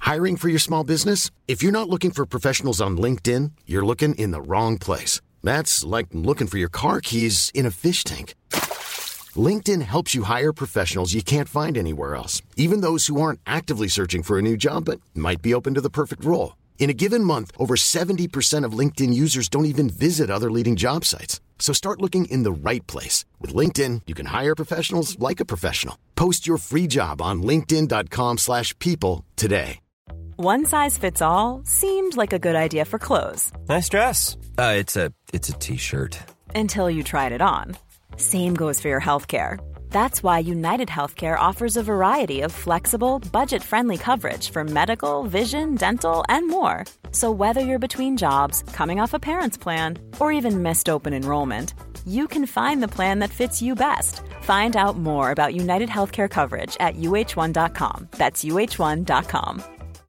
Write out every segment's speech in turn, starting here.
Hiring for your small business? If you're not looking for professionals on LinkedIn, you're looking in the wrong place. That's like looking for your car keys in a fish tank. LinkedIn helps you hire professionals you can't find anywhere else, even those who aren't actively searching for a new job but might be open to the perfect role. In a given month, over 70% of LinkedIn users don't even visit other leading job sites. So start looking in the right place. With LinkedIn, you can hire professionals like a professional. Post your free job on linkedin.com/people today. One size fits all seemed like a good idea for clothes. Nice dress. It's a t-shirt. Until you tried it on. Same goes for your healthcare. That's why United Healthcare offers a variety of flexible, budget-friendly coverage for medical, vision, dental, and more. So whether you're between jobs, coming off a parent's plan, or even missed open enrollment, you can find the plan that fits you best. Find out more about United Healthcare coverage at uh1.com. That's uh1.com.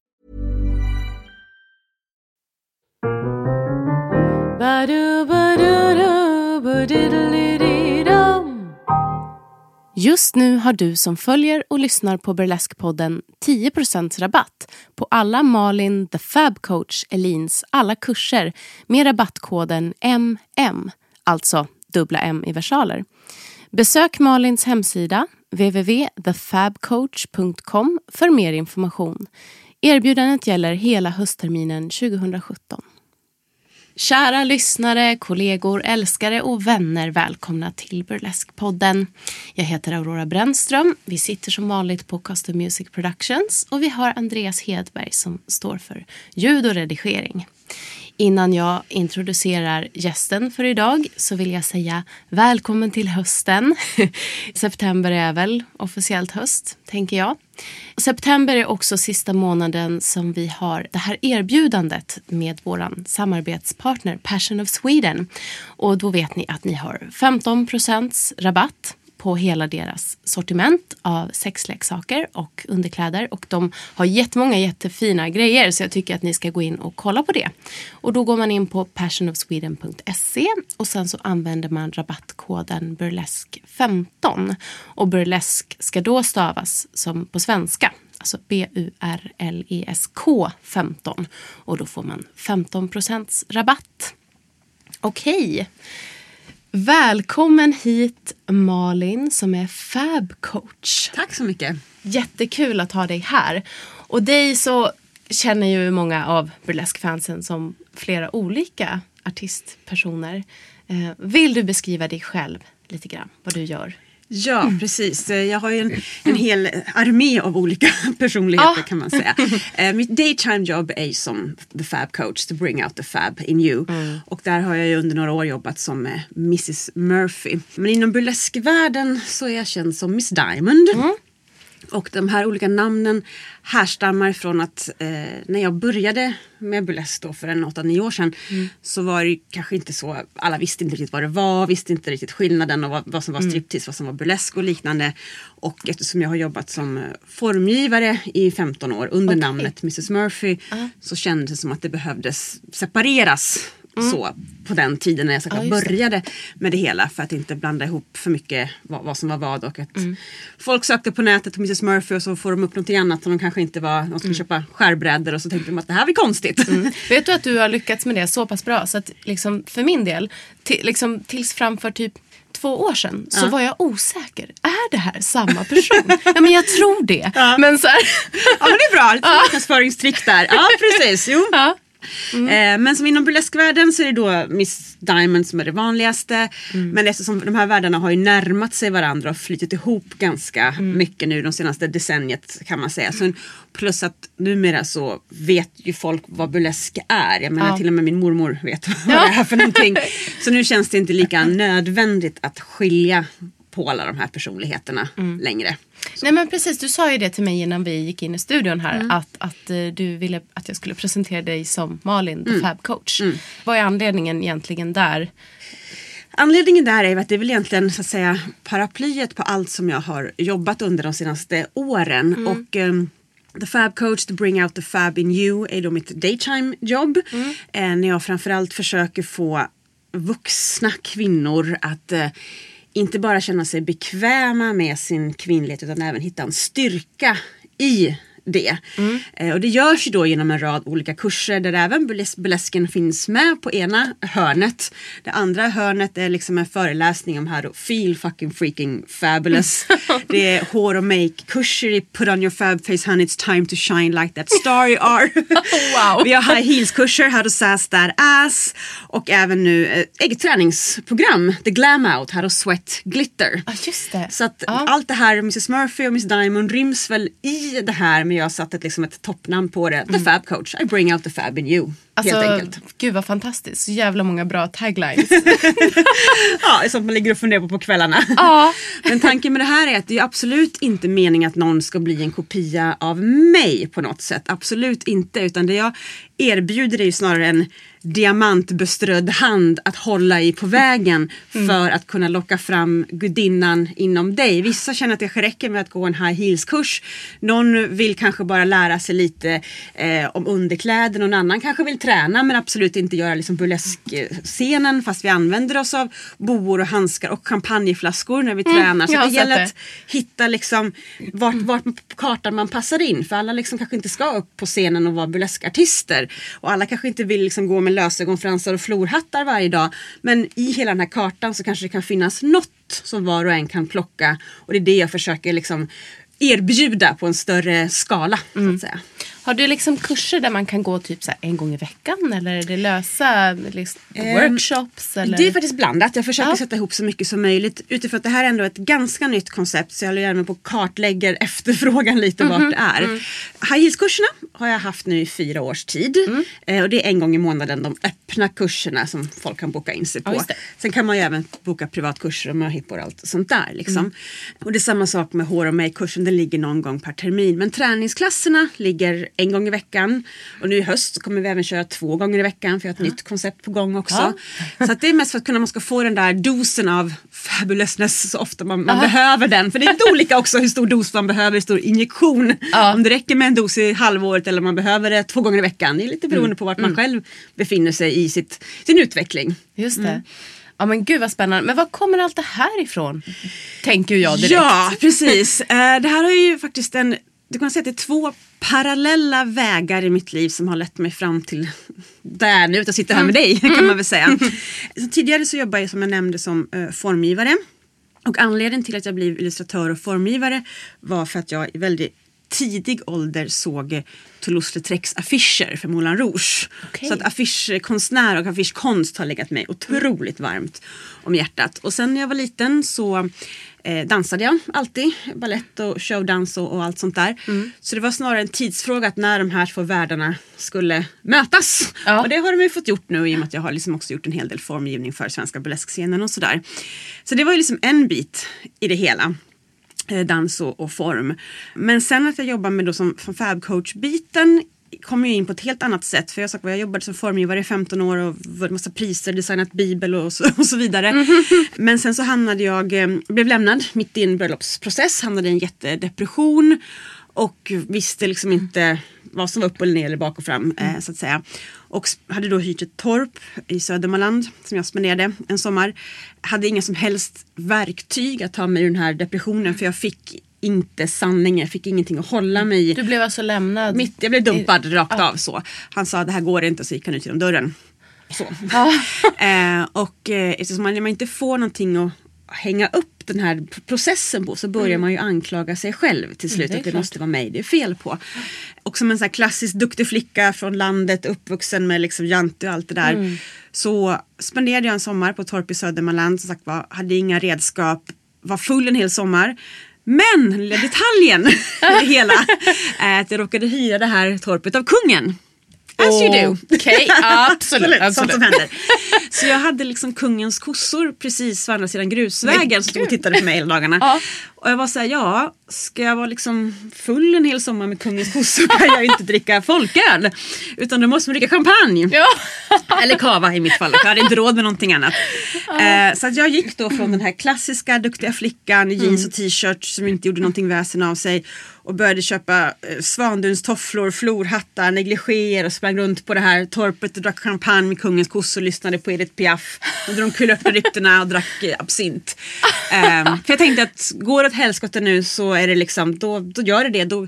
Just nu har du som följer och lyssnar på Burlesque-podden 10% rabatt på alla Malin The Fab Coach Elins alla kurser med rabattkoden MM, alltså dubbla M i versaler. Besök Malins hemsida www.thefabcoach.com för mer information. Erbjudandet gäller hela höstterminen 2017. Kära lyssnare, kollegor, älskare och vänner, välkomna till Burlesque-podden. Jag heter Aurora Brännström. Vi sitter som vanligt på Custom Music Productions och vi har Andreas Hedberg som står för ljud och redigering. Innan jag introducerar gästen för idag så vill jag säga välkommen till hösten. September är väl officiellt höst, tänker jag. September är också sista månaden som vi har det här erbjudandet med våran samarbetspartner Passion of Sweden. Och då vet ni att ni har 15% rabatt på hela deras sortiment av sexleksaker och underkläder. Och de har jättemånga jättefina grejer, så jag tycker att ni ska gå in och kolla på det. Och då går man in på passionofsweden.se och sen så använder man rabattkoden burlesque15. Och burlesque ska då stavas som på svenska, alltså BURLESK 15. Och då får man 15% rabatt. Okej. Välkommen hit Malin som är Fab Coach. Tack så mycket. Jättekul att ha dig här. Och dig så känner ju många av Burlesque-fansen som flera olika artistpersoner. Vill du beskriva dig själv lite grann, vad du gör? Ja, precis. Jag har ju en hel armé av olika personligheter kan man säga. Mitt daytime jobb är som the Fab Coach, to bring out the fab in you. Och där har jag ju under några år jobbat som Mrs. Murphy. Men inom burleskvärlden så är jag känd som Miss Diamond. Och de här olika namnen härstammar från att när jag började med burlesk då för 8-9 år sedan så var det kanske inte så, alla visste inte riktigt vad det var, visste inte riktigt skillnaden och vad som var striptease, vad som var burlesk och liknande. Och eftersom jag har jobbat som formgivare i 15 år under namnet Mrs. Murphy så kändes det som att det behövdes separeras. Så på den tiden när jag började med det hela, för att inte blanda ihop för mycket vad som var vad, och att folk sökte på nätet på Mrs. Murphy och så får de upp något annat som de kanske inte var, de skulle köpa skärbrädor och så tänkte de att det här är konstigt. Vet du att du har lyckats med det så pass bra så att liksom för min del liksom tills framför typ 2 år sedan så var jag osäker. Är det här samma person? Ja, men jag tror det. Men så här... Ja, men det är bra. Lite marknadsföringstrick där. Ja, precis. Jo. Men som inom burleskvärlden så är det då Miss Diamond som är det vanligaste. Men eftersom de här världarna har ju närmat sig varandra och flyttit ihop ganska mycket nu de senaste decenniet kan man säga. Så plus att numera så vet ju folk vad burlesk är. Jag menar till och med min mormor vet vad det är för någonting. Så nu känns det inte lika nödvändigt att skilja på alla de här personligheterna längre. Så. Nej, men precis, du sa ju det till mig innan vi gick in i studion här att du ville att jag skulle presentera dig som Malin, the Fab Coach. Vad är anledningen egentligen där? Anledningen där är att det är väl egentligen så att säga paraplyet på allt som jag har jobbat under de senaste åren. Och the Fab Coach, to bring out the fab in you, är då mitt daytime jobb. När jag framförallt försöker få vuxna kvinnor att inte bara känna sig bekväma med sin kvinnlighet utan även hitta en styrka i det. Och det görs ju då genom en rad olika kurser där även burlesken finns med på ena hörnet. Det andra hörnet är liksom en föreläsning om här då, feel fucking freaking fabulous. Det är hår och make-kurser i put on your fab face honey, it's time to shine like that star you are. Wow. Vi har high heels-kurser, how to sass that ass. Och även nu eget träningsprogram, the glam out, how to sweat glitter. Just det. Så att allt det här, Mrs. Murphy och Miss Diamond ryms väl i det här, men jag har satt ett toppnamn på det. The Fab Coach. I bring out the fab in you. Helt enkelt. Gud vad fantastiskt. Så jävla många bra taglines. Ja, det är sånt man ligger och funderar på kvällarna. Ja. Men tanken med det här är att det är absolut inte meningen att någon ska bli en kopia av mig på något sätt. Absolut inte, utan det jag erbjuder är ju snarare en diamantbeströdd hand att hålla i på vägen för att kunna locka fram gudinnan inom dig. Vissa känner att det räcker med att gå en high heels-kurs. Någon vill kanske bara lära sig lite om underkläder. Någon annan kanske vill träna men absolut inte göra liksom burleskscenen, fast vi använder oss av boor och handskar och champagneflaskor när vi tränar. Så det gäller att hitta liksom vart på kartan man passar in. För alla liksom kanske inte ska upp på scenen och vara burleskartister. Och alla kanske inte vill liksom gå med lösögonfransar och florhattar varje dag. Men i hela den här kartan så kanske det kan finnas något som var och en kan plocka. Och det är det jag försöker liksom erbjuda på en större skala, så att säga. Har du liksom kurser där man kan gå typ så här en gång i veckan? Eller är det lösa liksom, workshops? Eller? Det är faktiskt blandat. Jag försöker sätta ihop så mycket som möjligt. Utifrån att det här är ändå ett ganska nytt koncept. Så jag håller gärna på kartlägger efterfrågan lite vart det är. High heels-kurserna har jag haft nu i 4 års tid. Och det är en gång i månaden de öppna kurserna som folk kan boka in sig på. Sen kan man ju även boka privatkurser och möhippor och allt sånt där. Liksom. Och det är samma sak med hår och make-kursen. Den ligger någon gång per termin. Men träningsklasserna ligger en gång i veckan. Och nu i höst så kommer vi även köra 2 gånger i veckan. För jag har ett nytt koncept på gång också. Så att det är mest för att man ska få den där dosen av fabulousness så ofta man behöver den. För det är lite olika också hur stor dos man behöver, hur stor injektion. Om det räcker med en dos i halvåret eller om man behöver det 2 gånger i veckan. Det är lite beroende på vart man själv befinner sig i sin utveckling. Just det. Ja men gud vad spännande. Men var kommer allt det här ifrån? Tänker jag direkt. Ja, precis. Det här har ju faktiskt du kan säga att det är 2 parallella vägar i mitt liv som har lett mig fram till där nu. Jag sitter här med dig, kan man väl säga. Så tidigare så jobbade jag som jag nämnde som formgivare. Och anledningen till att jag blev illustratör och formgivare var för att jag i väldigt tidig ålder såg Toulouse-Lautrecs affischer för Moulin Rouge. Så att affischkonstnär och affischkonst har legat mig otroligt varmt om hjärtat. Och sen när jag var liten så dansade jag alltid. Ballett och showdans och allt sånt där. Så det var snarare en tidsfråga att när de här 2 världarna skulle mötas. Och det har de ju fått gjort nu i och med att jag har liksom också gjort en hel del formgivning för svenska burleskscenen och sådär. Så det var ju liksom en bit i det hela. Dans och form. Men sen att jag jobbar med då som fabcoach-biten kom ju in på ett helt annat sätt. För jag jobbade som formgivare i 15 år och var massa priser, designat bibel och så vidare. Men sen så blev lämnad mitt i en bröllopsprocess, hamnade i en jättedepression och visste liksom inte vad som var upp eller ner eller bak och fram så att säga. Och hade då hyrt ett torp i Södermanland som jag spenderade en sommar. Hade inga som helst verktyg att ta mig ur den här depressionen för jag fick inte sanningen, jag fick ingenting att hålla mig i. Du blev alltså lämnad? Jag blev dumpad rakt av så. Han sa det här går inte, så gick han ut genom dörren. Så. Och eftersom man inte får någonting att hänga upp den här processen på så börjar man ju anklaga sig själv till slut att det måste vara mig det är fel på. Och som en sån här klassisk duktig flicka från landet, uppvuxen med liksom jante och allt det där, så spenderade jag en sommar på torp i Södermanland, som sagt hade inga redskap, var full en hel sommar. Men den lilla detaljen i det hela är att jag råkade hyra det här torpet av kungen. As you do. Okej, absolut. Sånt som händer. Så jag hade liksom kungens kossor precis på andra sidan grusvägen som stod och tittade på mig hela dagarna. Och jag var så här, ska jag vara liksom full en hel sommar med kungens kossor kan jag ju inte dricka folköl. Utan då måste man dricka champagne. Eller kava i mitt fall. Jag hade inte råd med någonting annat. Så att jag gick då från den här klassiska duktiga flickan i jeans och t-shirt som inte gjorde någonting väsen av sig. Och började köpa svandunstofflor, florhattar, negligéer och sprang runt på det här torpet och drack champagne med kungens kossor och lyssnade på Edith Piaf. Och de kulörta ryktena och drack absint. För jag tänkte att går det åt helskotta nu så är det liksom, då gör det. Då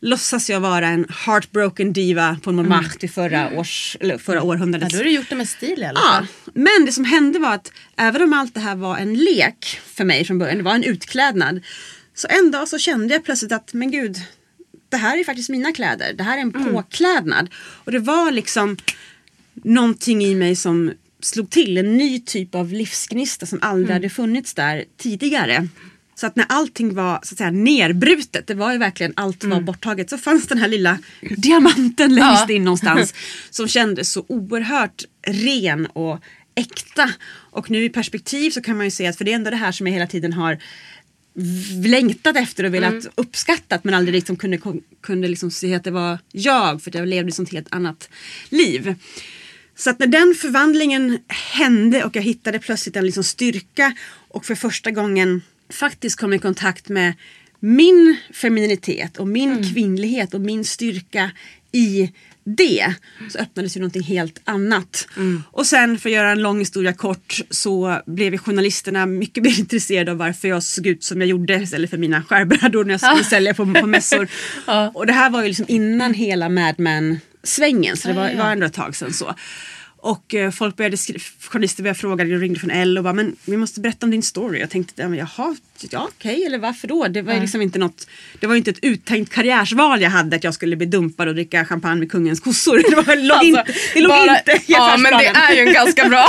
låtsas jag vara en heartbroken diva på Montmartre i förra århundradet. Ja, då har du gjort det med stil i alla fall. Ja, men det som hände var att även om allt det här var en lek för mig från början, det var en utklädnad, så en dag så kände jag plötsligt att, men gud, det här är faktiskt mina kläder. Det här är en påklädnad. Och det var liksom någonting i mig som slog till, en ny typ av livsgnista som aldrig hade funnits där tidigare. Så att när allting var så att säga nerbrutet, det var ju verkligen allt var borttaget, så fanns den här lilla diamanten längst in någonstans som kändes så oerhört ren och äkta. Och nu i perspektiv så kan man ju se att, för det är ändå det här som jag hela tiden har längtat efter och velat uppskattat, men aldrig liksom kunde liksom se att det var jag, för jag levde i ett helt annat liv. Så att när den förvandlingen hände och jag hittade plötsligt en liksom styrka och för första gången faktiskt kom i kontakt med min femininitet och min kvinnlighet och min styrka i det, så öppnades ju någonting helt annat. Och sen, för att göra en lång historia kort, så blev ju journalisterna mycket mer intresserade av varför jag såg ut som jag gjorde istället för mina skärbrödor när jag skulle sälja på mässor. Och det här var ju liksom innan hela Mad Men-svängen, så det var ändå ett tag sedan så. Och folk journalister började fråga, jag ringde från Elle och bara, men vi måste berätta om din story. Jag tänkte, ja okej, eller varför då? Det var liksom inte något, det var inte ett uttänkt karriärsval jag hade, att jag skulle bli dumpad och dricka champagne med kungens kossor. Det låg inte ja, men det är ju en ganska bra.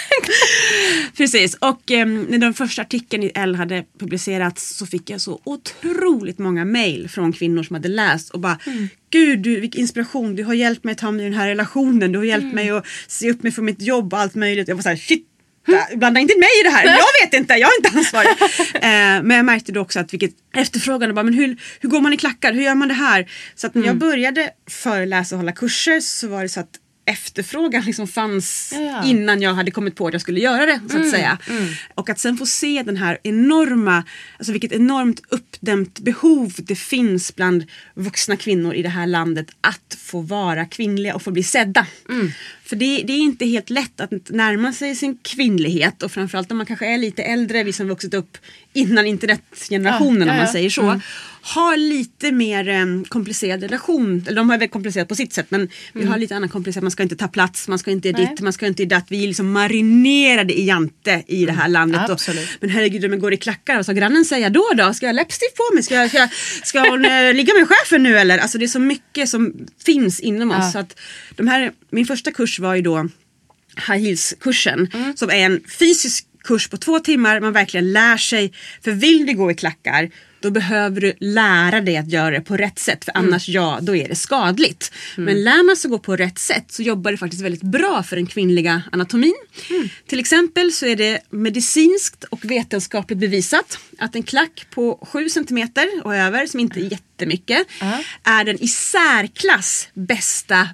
Precis, och när den första artikeln i Elle hade publicerats så fick jag så otroligt många mejl från kvinnor som hade läst och bara, gud, vilken inspiration, du har hjälpt mig att ta mig i den här relationen, du har hjälpt mig att se upp mig för mitt jobb och allt möjligt. Jag var så här, shit, blanda inte mig i det här, jag vet inte, jag är inte ansvarig. Men jag märkte då också att vilket efterfrågan, bara, men hur går man i klackar, hur gör man det här? Så att när jag började föreläsa och hålla kurser så var det så att efterfrågan liksom fanns innan jag hade kommit på att jag skulle göra det, så att säga. Och att sen få se den här enorma, alltså vilket enormt uppdämt behov det finns bland vuxna kvinnor i det här landet att få vara kvinnliga och få bli sedda. För det är inte helt lätt att närma sig sin kvinnlighet, och framförallt om man kanske är lite äldre, vi som vuxit upp innan internetgenerationen om man säger så, har lite mer komplicerad relation, eller de har väl komplicerat på sitt sätt, men vi har lite annan komplicerat, man ska inte ta plats, man ska inte dit, man ska inte dit, vi är liksom marinerade i jante i det här landet. Men herregud, om jag går i klackar, och så grannen säger då, ska jag läppstift på mig, ska hon ligga med chefen nu eller? Alltså det är så mycket som finns inom oss, så att min första kurs var ju då High Heels-kursen, som är en fysisk kurs på 2 timmar, man verkligen lär sig, för vill du gå i klackar, då behöver du lära dig att göra det på rätt sätt, för annars då är det skadligt. Men lär man sig gå på rätt sätt så jobbar det faktiskt väldigt bra för den kvinnliga anatomin. Till exempel så är det medicinskt och vetenskapligt bevisat att en klack på 7 centimeter och över, som inte är jättemycket, är den i särklass bästa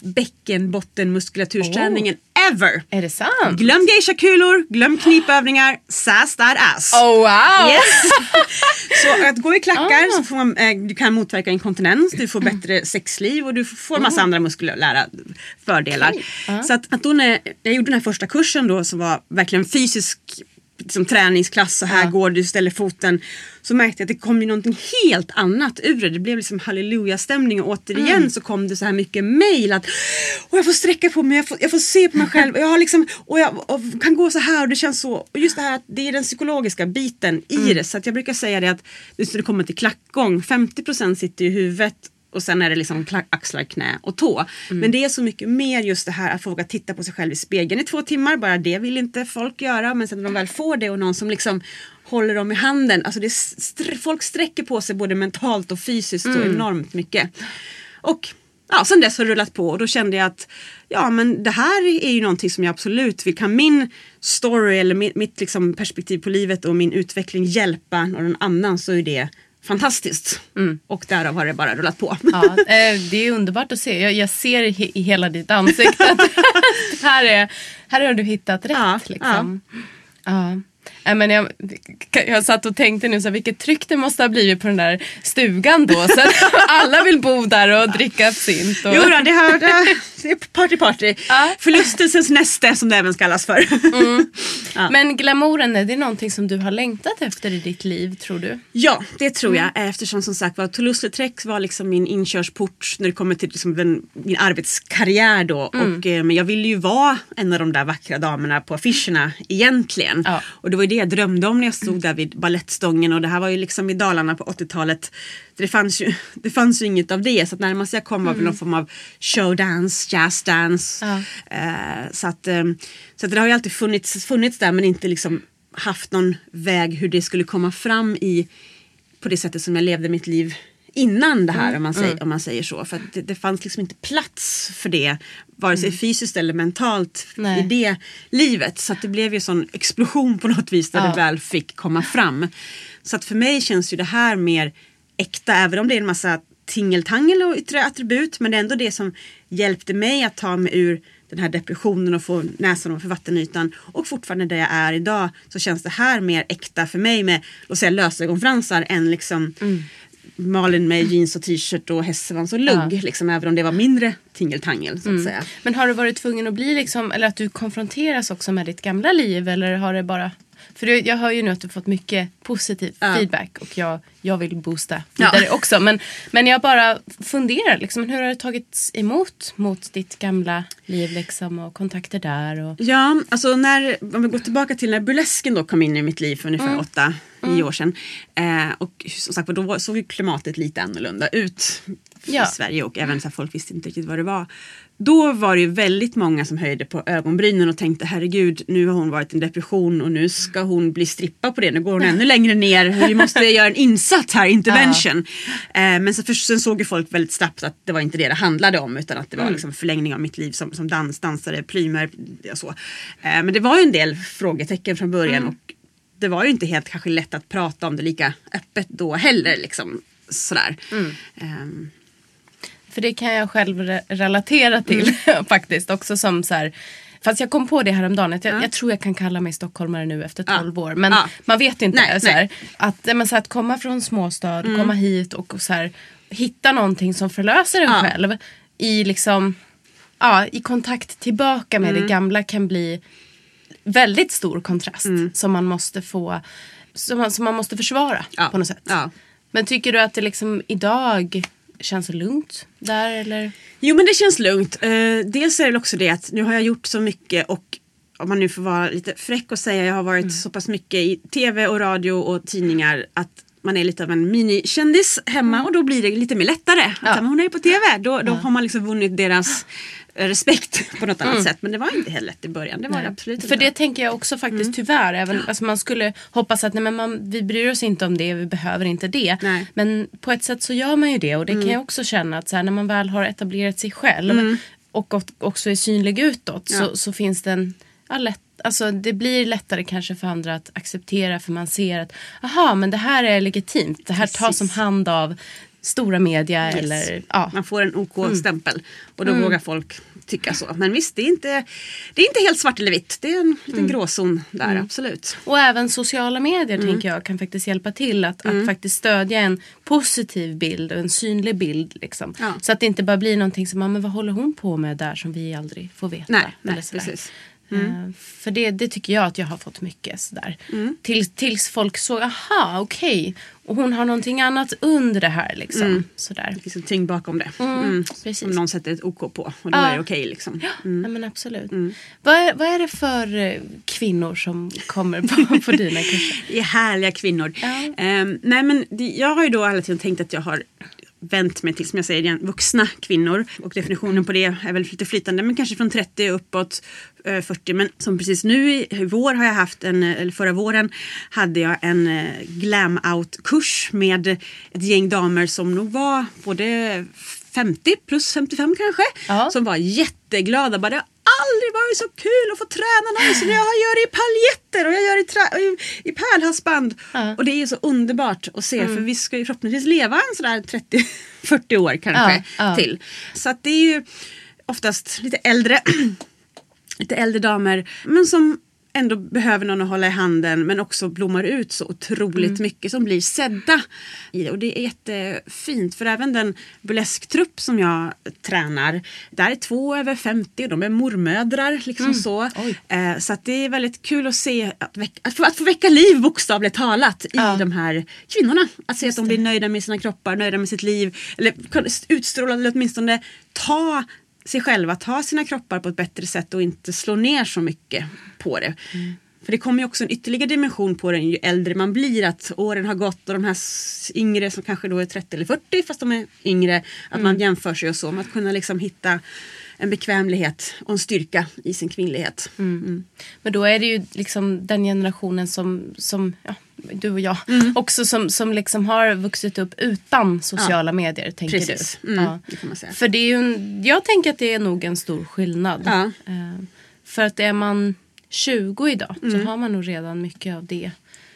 bäckenbottenmuskulaturträningen ever. Är det sant? Glöm geisha-kulor, glöm knipövningar, sass that ass. Oh wow! Yes. Så att gå i klackar så får man, du kan motverka inkontinens, du får bättre sexliv och du får massa andra muskulära fördelar. Så att då när jag gjorde den här första kursen då, som var verkligen fysisk liksom träningsklass, så här går du, ställer foten, så märkte jag att det kom ju någonting helt annat ur det. Det blev liksom halleluja-stämning, och återigen så kom det så här mycket mejl att jag får sträcka på mig, jag får se på mig själv, och jag har liksom, och jag kan gå så här, och det känns så, och just det här att det är den psykologiska biten i det, så att jag brukar säga det att just när det kommer till klackgång, 50% sitter i huvudet, och sen är det liksom axlar, knä och tå. Men det är så mycket mer just det här att våga titta på sig själv i spegeln i 2 timmar. Bara det vill inte folk göra. Men sen när de väl får det och någon som liksom håller dem i handen. Alltså folk sträcker på sig både mentalt och fysiskt så enormt mycket. Och sen dess har det rullat på. Och då kände jag att men det här är ju någonting som jag absolut vill. Kan min story eller mitt liksom perspektiv på livet och min utveckling hjälpa någon annan, så är det fantastiskt. Och därav har det bara rullat på. Ja, det är underbart att se. Jag ser i hela ditt ansikte att här har du hittat rätt. Liksom. Men jag satt och tänkte nu så här, vilket tryck det måste ha blivit på den där stugan då. Så alla vill bo där och dricka absint. Och... Jo då, det är party. Förlustelsens näste som det även kallas för. Men glamouren, är det någonting som du har längtat efter i ditt liv, tror du? Ja, det tror jag. Eftersom som sagt var Toulouse-Lautrec var liksom min inkörsport när det kommer till liksom min arbetskarriär då. Och, men jag ville ju vara en av de där vackra damerna på affischerna egentligen. Ja. Och det var ju det jag drömde om när jag stod där vid ballettstången. Och det här var ju liksom i Dalarna på 80-talet. Det fanns ju inget av det. Så att närmast jag kom var väl någon form av showdance, jazzdance. Ja. Så att det har ju alltid funnits där, men inte liksom haft någon väg hur det skulle komma fram på det sättet som jag levde mitt liv innan det här, om man säger så. För att det fanns liksom inte plats för det, vare sig fysiskt eller mentalt i det livet. Så att det blev ju en sån explosion på något vis där det väl fick komma fram. Så att för mig känns ju det här mer äkta, även om det är en massa tingeltangel och yttre attribut. Men det är ändå det som hjälpte mig att ta mig ur den här depressionen och få näsan över vattenytan. Och fortfarande där jag är idag så känns det här mer äkta för mig med, låt säga, lösögonfransar än liksom Malin med jeans och t-shirt och hästsvans och lugg. Liksom, även om det var mindre tingeltangel så att säga. Men har du varit tvungen att bli liksom, eller att du konfronteras också med ditt gamla liv, eller har det bara... För jag hör ju nu att du fått mycket positiv feedback och jag vill boosta vidare också. Men jag bara funderar liksom, hur har det tagits emot mot ditt gamla liv liksom, och kontakter där? Och... Ja, alltså om vi går tillbaka till när burlesken då kom in i mitt liv för ungefär 8-9 år sedan. Och som sagt, då såg ju klimatet lite annorlunda ut i Sverige och även så här, folk visste inte riktigt vad det var. Då var det ju väldigt många som höjde på ögonbrynen och tänkte, herregud, nu har hon varit i en depression och nu ska hon bli strippa på det. Nu går hon ännu längre ner. Vi måste göra en insats här, intervention. Men sen såg ju folk väldigt snabbt att det var inte det handlade om, utan att det var liksom förlängning av mitt liv som dansare, plymer och så. Men det var ju en del frågetecken från början och det var ju inte helt kanske lätt att prata om det lika öppet då heller. Liksom, sådär. För det kan jag själv relatera till faktiskt också som så här, fast jag kom på det häromdagen att jag tror jag kan kalla mig stockholmare nu efter 12 år, men man vet inte. Nej, så här, att komma från småstad, komma hit och så här, hitta någonting som förlöser en själv i liksom i kontakt tillbaka med det gamla kan bli väldigt stor kontrast som man måste få, som man måste försvara på något sätt. Men tycker du att det liksom idag känns lugnt där, eller? Jo, men det känns lugnt. Dels är det också det att nu har jag gjort så mycket, och om man nu får vara lite fräck och säga, jag har varit så pass mycket i tv och radio och tidningar att man är lite av en minikändis hemma och då blir det lite mer lättare. Att hon är på tv, då har man liksom vunnit deras respekt på något annat sätt. Men det var inte helt lätt i början. Det var det absolut inte. För det tänker jag också faktiskt tyvärr. Även, alltså man skulle hoppas att vi bryr oss inte om det. Vi behöver inte det. Nej. Men på ett sätt så gör man ju det. Och det kan jag också känna att så här, när man väl har etablerat sig själv och också är synlig utåt så finns det en alltså det blir lättare kanske för andra att acceptera, för man ser att men det här är legitimt. Det här tas om hand av stora media eller man får en OK-stämpel och då vågar folk tycka så. Men visst, det är inte helt svart eller vitt. Det är en liten gråzon där, absolut. Och även sociala medier tänker jag kan faktiskt hjälpa till att faktiskt stödja en positiv bild och en synlig bild liksom. Så att det inte bara blir någonting som men vad håller hon på med där som vi aldrig får veta. Nej, precis. För det tycker jag att jag har fått mycket sådär. Tills folk såg, okej. Och hon har någonting annat under det här liksom. Sådär. Det finns en tyngd bakom det. Precis. Om någon sätter ett OK på. Och då är det okej liksom. Ja, men absolut. Vad är det för kvinnor som kommer på dina kurser? Det är härliga kvinnor. Nej, men jag har ju då hela tiden tänkt att jag har vänt mig till, som jag säger igen, vuxna kvinnor. Och definitionen på det är väl lite flytande, men kanske från 30 uppåt 40. Men som precis nu i vår har jag haft eller förra våren hade jag en glam out-kurs med ett gäng damer som nog var både 50 plus 55 kanske. Som var jätteglada. Bara, det har aldrig varit så kul att få träna någon som jag gör i paljetter och jag gör i pärlhalsband. Och det är ju så underbart att se, för vi ska ju förhoppningsvis leva en sådär 30-40 år kanske till. Så att det är ju oftast lite äldre damer, men som ändå behöver någon att hålla i handen, men också blommar ut så otroligt mycket som blir sedda i det. Och det är jättefint, för även den burlesktrupp som jag tränar, där är 2 över 50 och de är mormödrar liksom så. Så att det är väldigt kul att se att få väcka liv bokstavligt talat i de här kvinnorna. Att se att de blir nöjda med sina kroppar, nöjda med sitt liv, eller utstråla eller åtminstone ta sig själva, ta sina kroppar på ett bättre sätt och inte slå ner så mycket på det. För det kommer ju också en ytterligare dimension på den ju äldre man blir, att åren har gått och de här yngre som kanske då är 30 eller 40 fast de är yngre, att man jämför sig och så, med att kunna liksom hitta en bekvämlighet och en styrka i sin kvinnlighet. Men då är det ju liksom den generationen som du och jag också som liksom har vuxit upp utan sociala medier, tänker precis. du. Det kan man säga. För det är ju jag tänker att det är nog en stor skillnad. För att är man 20 idag så har man nog redan mycket av det.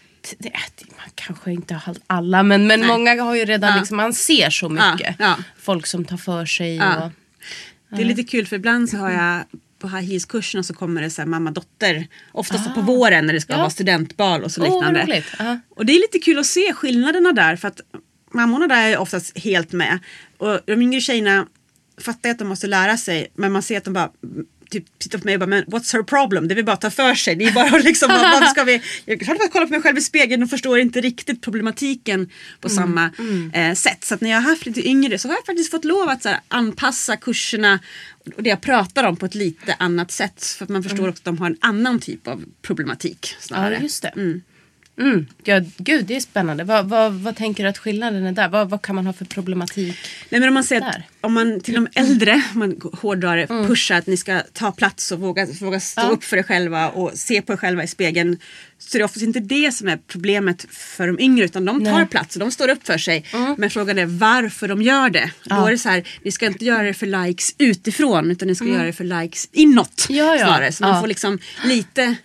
Man kanske inte har alla, men många har ju redan liksom, man ser så mycket. Folk som tar för sig. Och, det är lite kul, för ibland så har jag på high heels-kurserna så kommer det så här mamma-dotter, oftast på våren när det ska vara studentbal och så liknande. Och det är lite kul att se skillnaderna där, för att mammorna där är oftast helt med. Och de yngre tjejerna fattar att de måste lära sig, men man ser att de bara typ tittar på mig och bara, men what's her problem? Det vill bara ta för sig. Det är bara liksom, vad ska vi... Jag har kollat på mig själv i spegeln och förstår inte riktigt problematiken på samma sätt. Så att när jag har haft lite yngre så har jag faktiskt fått lov att så här, anpassa kurserna och det jag pratar om på ett lite annat sätt. För att man förstår också att de har en annan typ av problematik snarare. Ja, just det. Ja, gud, det är spännande. Vad tänker du att skillnaden är där? Vad kan man ha för problematik? Nej, men om man säger att om man till de äldre, om man hårdrar pushar att ni ska ta plats och våga stå upp för er själva och se på er själva i spegeln, så är det oftast inte det som är problemet för de yngre, utan de tar plats och de står upp för sig. Men frågan är varför de gör det. Då är det så här, ni ska inte göra det för likes utifrån, utan ni ska göra det för likes inåt snarare. Så man får liksom lite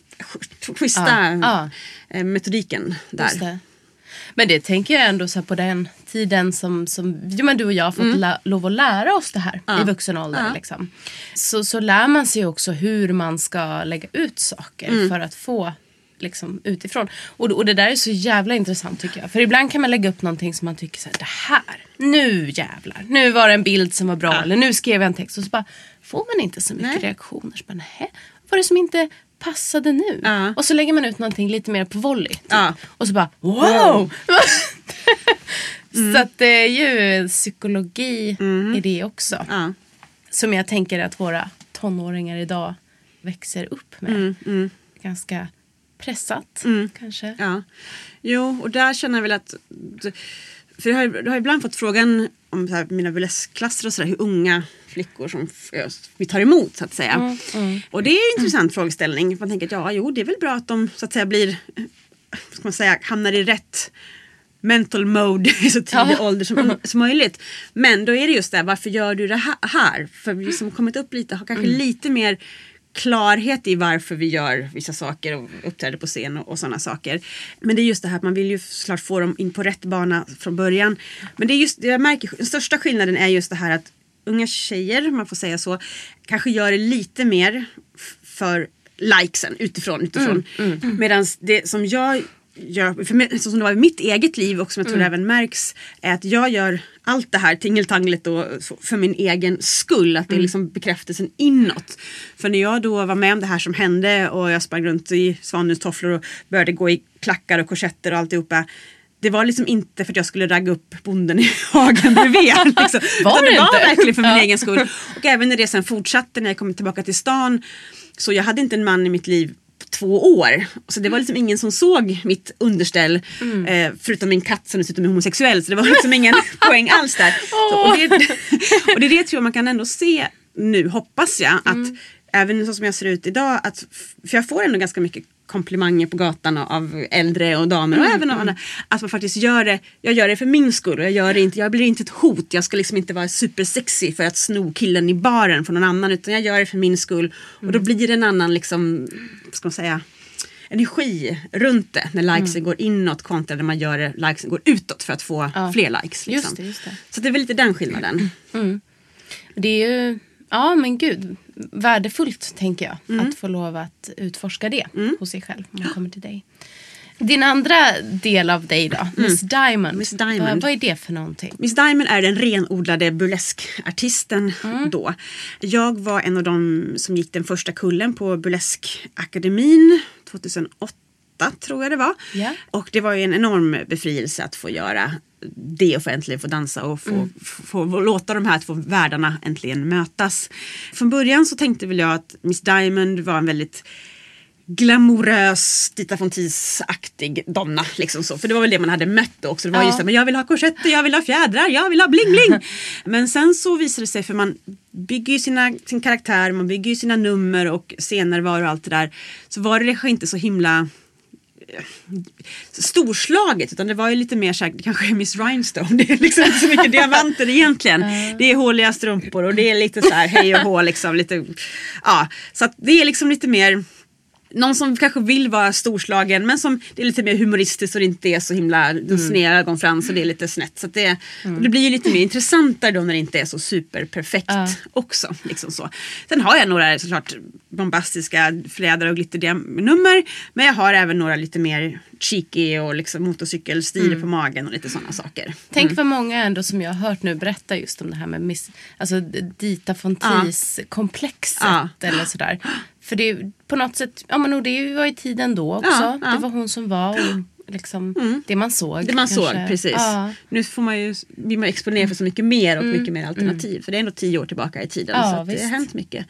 schyssta metodiken där. Men det tänker jag ändå så här, på den tiden som men du och jag har fått lov att lära oss det här i vuxen ålder. Liksom. Så lär man sig också hur man ska lägga ut saker för att få liksom, utifrån. Och det där är så jävla intressant, tycker jag. För ibland kan man lägga upp någonting som man tycker så här, det här, nu jävlar, nu var det en bild som var bra, eller nu skrev jag en text, och så bara får man inte så mycket reaktioner. Så bara, nej, vad var det som inte passade nu? Och så lägger man ut någonting lite mer på volley. Typ. Och så bara, wow! Så att det är ju psykologi i det också. Som jag tänker att våra tonåringar idag växer upp med. Ganska pressat, kanske. Ja. Jo, och där känner jag väl att... För jag har ibland fått frågan om så här, mina burleskklasser och sådär, hur unga flickor som vi tar emot, så att säga. Och det är en intressant frågeställning. Man tänker att det är väl bra att de så att säga blir, ska man säga, hamnar i rätt mental mode i så tidig ålder som möjligt. Men då är det just det, varför gör du det här? För vi som kommit upp lite har kanske lite mer klarhet i varför vi gör vissa saker och uppträder på scen och sådana saker. Men det är just det här att man vill ju såklart få dem in på rätt bana från början. Men det är just, jag märker, den största skillnaden är just det här att unga tjejer, man får säga så, kanske gör det lite mer för likesen utifrån. Medan det som jag gör, för mig, som det var i mitt eget liv och som jag tror även märks, är att jag gör allt det här tingeltanglet då för min egen skull, att det är liksom bekräftelsen inåt. För när jag då var med om det här som hände och jag sprang runt i svannustofflor och började gå i klackar och korsetter och alltihopa, det var liksom inte för att jag skulle ragga upp bonden i hagen bredvid. Liksom. Det var verkligen för min egen skull. Och även när det sen fortsatte, när jag kom tillbaka till stan, så jag hade inte en man i mitt liv 2 år. Så det var liksom ingen som såg mitt underställ förutom min katt som dessutom är homosexuell, så det var liksom ingen poäng alls där. Och det är det tror jag man kan ändå se nu, hoppas jag, att även så som jag ser ut idag, att, för jag får ändå ganska mycket komplimanger på gatan av äldre och damer och även av andra, att man faktiskt gör det, jag gör det för min skull och jag blir inte ett hot, jag ska liksom inte vara supersexy för att sno killen i baren från någon annan, utan jag gör det för min skull och då blir det en annan liksom, ska man säga, energi runt det när likesen går inåt kontra när man gör det, likesen går utåt för att få fler likes liksom. Just det. Så det är väl lite den skillnaden. Det är ju Ja, men gud. Värdefullt, tänker jag. Att få lov att utforska det hos sig själv. Om man kommer till dig. Din andra del av dig då, Miss Diamond. Miss Diamond. Vad är det för någonting? Miss Diamond är den renodlade burleskartisten då. Jag var en av dem som gick den första kullen på Burleskakademin 2008 tror jag det var. Yeah. Och det var ju en enorm befrielse att få göra det och få äntligen få dansa och få låta de här två världarna äntligen mötas. Från början så tänkte väl jag att Miss Diamond var en väldigt glamorös, Dita Von Teese-aktig donna liksom så. För det var väl det man hade mött då också. Det var just det, men jag vill ha korsetter, jag vill ha fjädrar, jag vill ha bling bling. Men sen så visade det sig, för man bygger ju sin karaktär, man bygger ju sina nummer och scenärvaro och allt det där. Så var det kanske inte så himla storslaget, utan det var ju lite mer så här, det kanske är Miss Rhinestone, det är liksom inte så mycket diamanter egentligen, det är håliga strumpor och det är lite så här hej och hå liksom, lite, ja, så att det är liksom lite mer någon som kanske vill vara storslagen, men som det är lite mer humoristiskt och det inte är så himla sneda ögonfrans och det är lite snett, så att det blir ju lite mer intressantare då när det inte är så superperfekt också liksom så. Sen har jag några såklart bombastiska flädrar och glitternummer, men jag har även några lite mer cheeky och liksom motorcykelstyre på magen och lite sådana saker. Tänk vad många ändå som jag har hört nu berätta just om det här med alltså Dita Von Teese-komplexet eller sådär. För det är på något sätt, ja men det var i tiden då också. Det var hon som var och liksom det man såg. Det man kanske. såg, precis. Nu får man ju, blir man exponerad för så mycket mer och mycket mer alternativ. För det är ändå 10 år tillbaka i tiden, så att det har hänt mycket.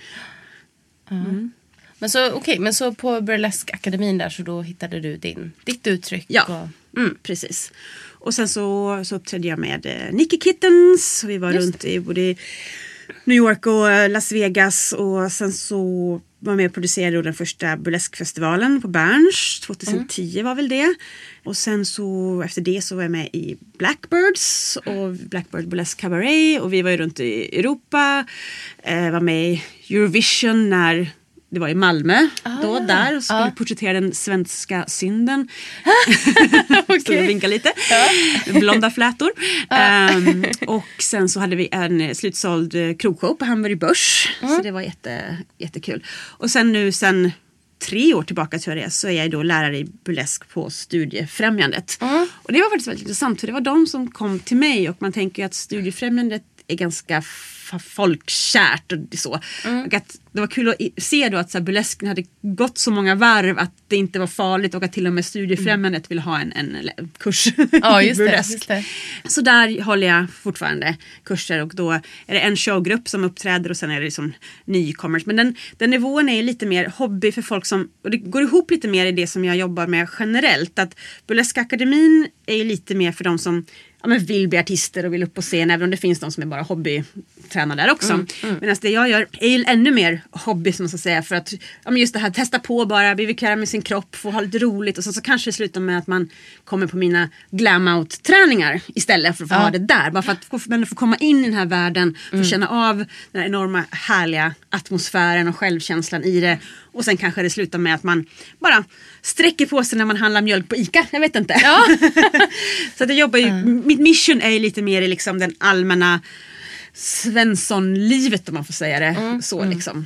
Men så men så på Burleskakademin där, så då hittade du ditt uttryck. Ja, precis. Och sen så uppträdde jag med Nicky Kittens, och vi var runt i både New York och Las Vegas, och sen så var med och producerade den första burleskfestivalen på Berns 2010 var väl det. Och sen så efter det så var jag med i Blackbirds och Blackbird Burlesque Cabaret, och vi var ju runt i Europa, var med i Eurovision när det var i Malmö där och skulle porträttera den svenska synden. Så jag vinkar lite. Blonda flätor. Och sen så hade vi en slutsåld krogshow på Hamburg Börs. Så det var jättekul. Och sen 3 år tillbaka tror jag det, så är jag då lärare i burlesk på Studiefrämjandet. Och det var faktiskt väldigt intressant, för det var de som kom till mig, och man tänker ju att Studiefrämjandet är ganska folkkärt och så. Och att det var kul att se då att så här, burlesken hade gått så många varv att det inte var farligt, och att till och med Studiefrämjandet ville ha en kurs i burlesk. Just det. Så där håller jag fortfarande kurser, och då är det en showgrupp som uppträder och sen är det liksom nykommers. Men den nivån är lite mer hobby för folk som, och det går ihop lite mer i det som jag jobbar med generellt, att Burleskakademin är lite mer för de som vill bli artister och vill upp på scen, även om det finns de som är bara hobbytränare där också. Medan det jag gör är ju ännu mer hobby, som man ska säga, för att just det här, testa på bara, bli bekväm med sin kropp, få ha lite roligt, och så kanske det slutar med att man kommer på mina glam-out-träningar istället för att få ha det där, bara för att få komma in i den här världen, få känna av den här enorma härliga atmosfären och självkänslan i det. Och sen kanske det slutar med att man bara sträcker på sig när man handlar mjölk på Ica. Jag vet inte. Så att jag jobbar ju, mitt mission är lite mer i liksom den allmänna Svensson-livet, om man får säga det. Så liksom.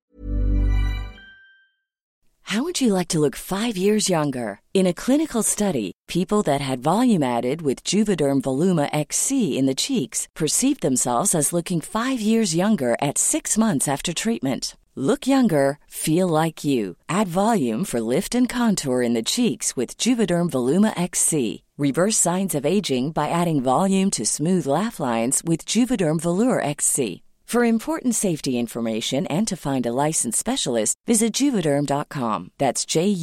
How would you like to look 5 years younger? In a clinical study, people that had volume added with Juvederm Voluma XC in the cheeks perceived themselves as looking 5 years younger at 6 months after treatment. Look younger, feel like you. Add volume for lift and contour in the cheeks with Juvederm Voluma XC. Reverse signs of aging by adding volume to smooth laugh lines with Juvederm Volure XC. For important safety information and to find a licensed specialist, visit Juvederm.com. That's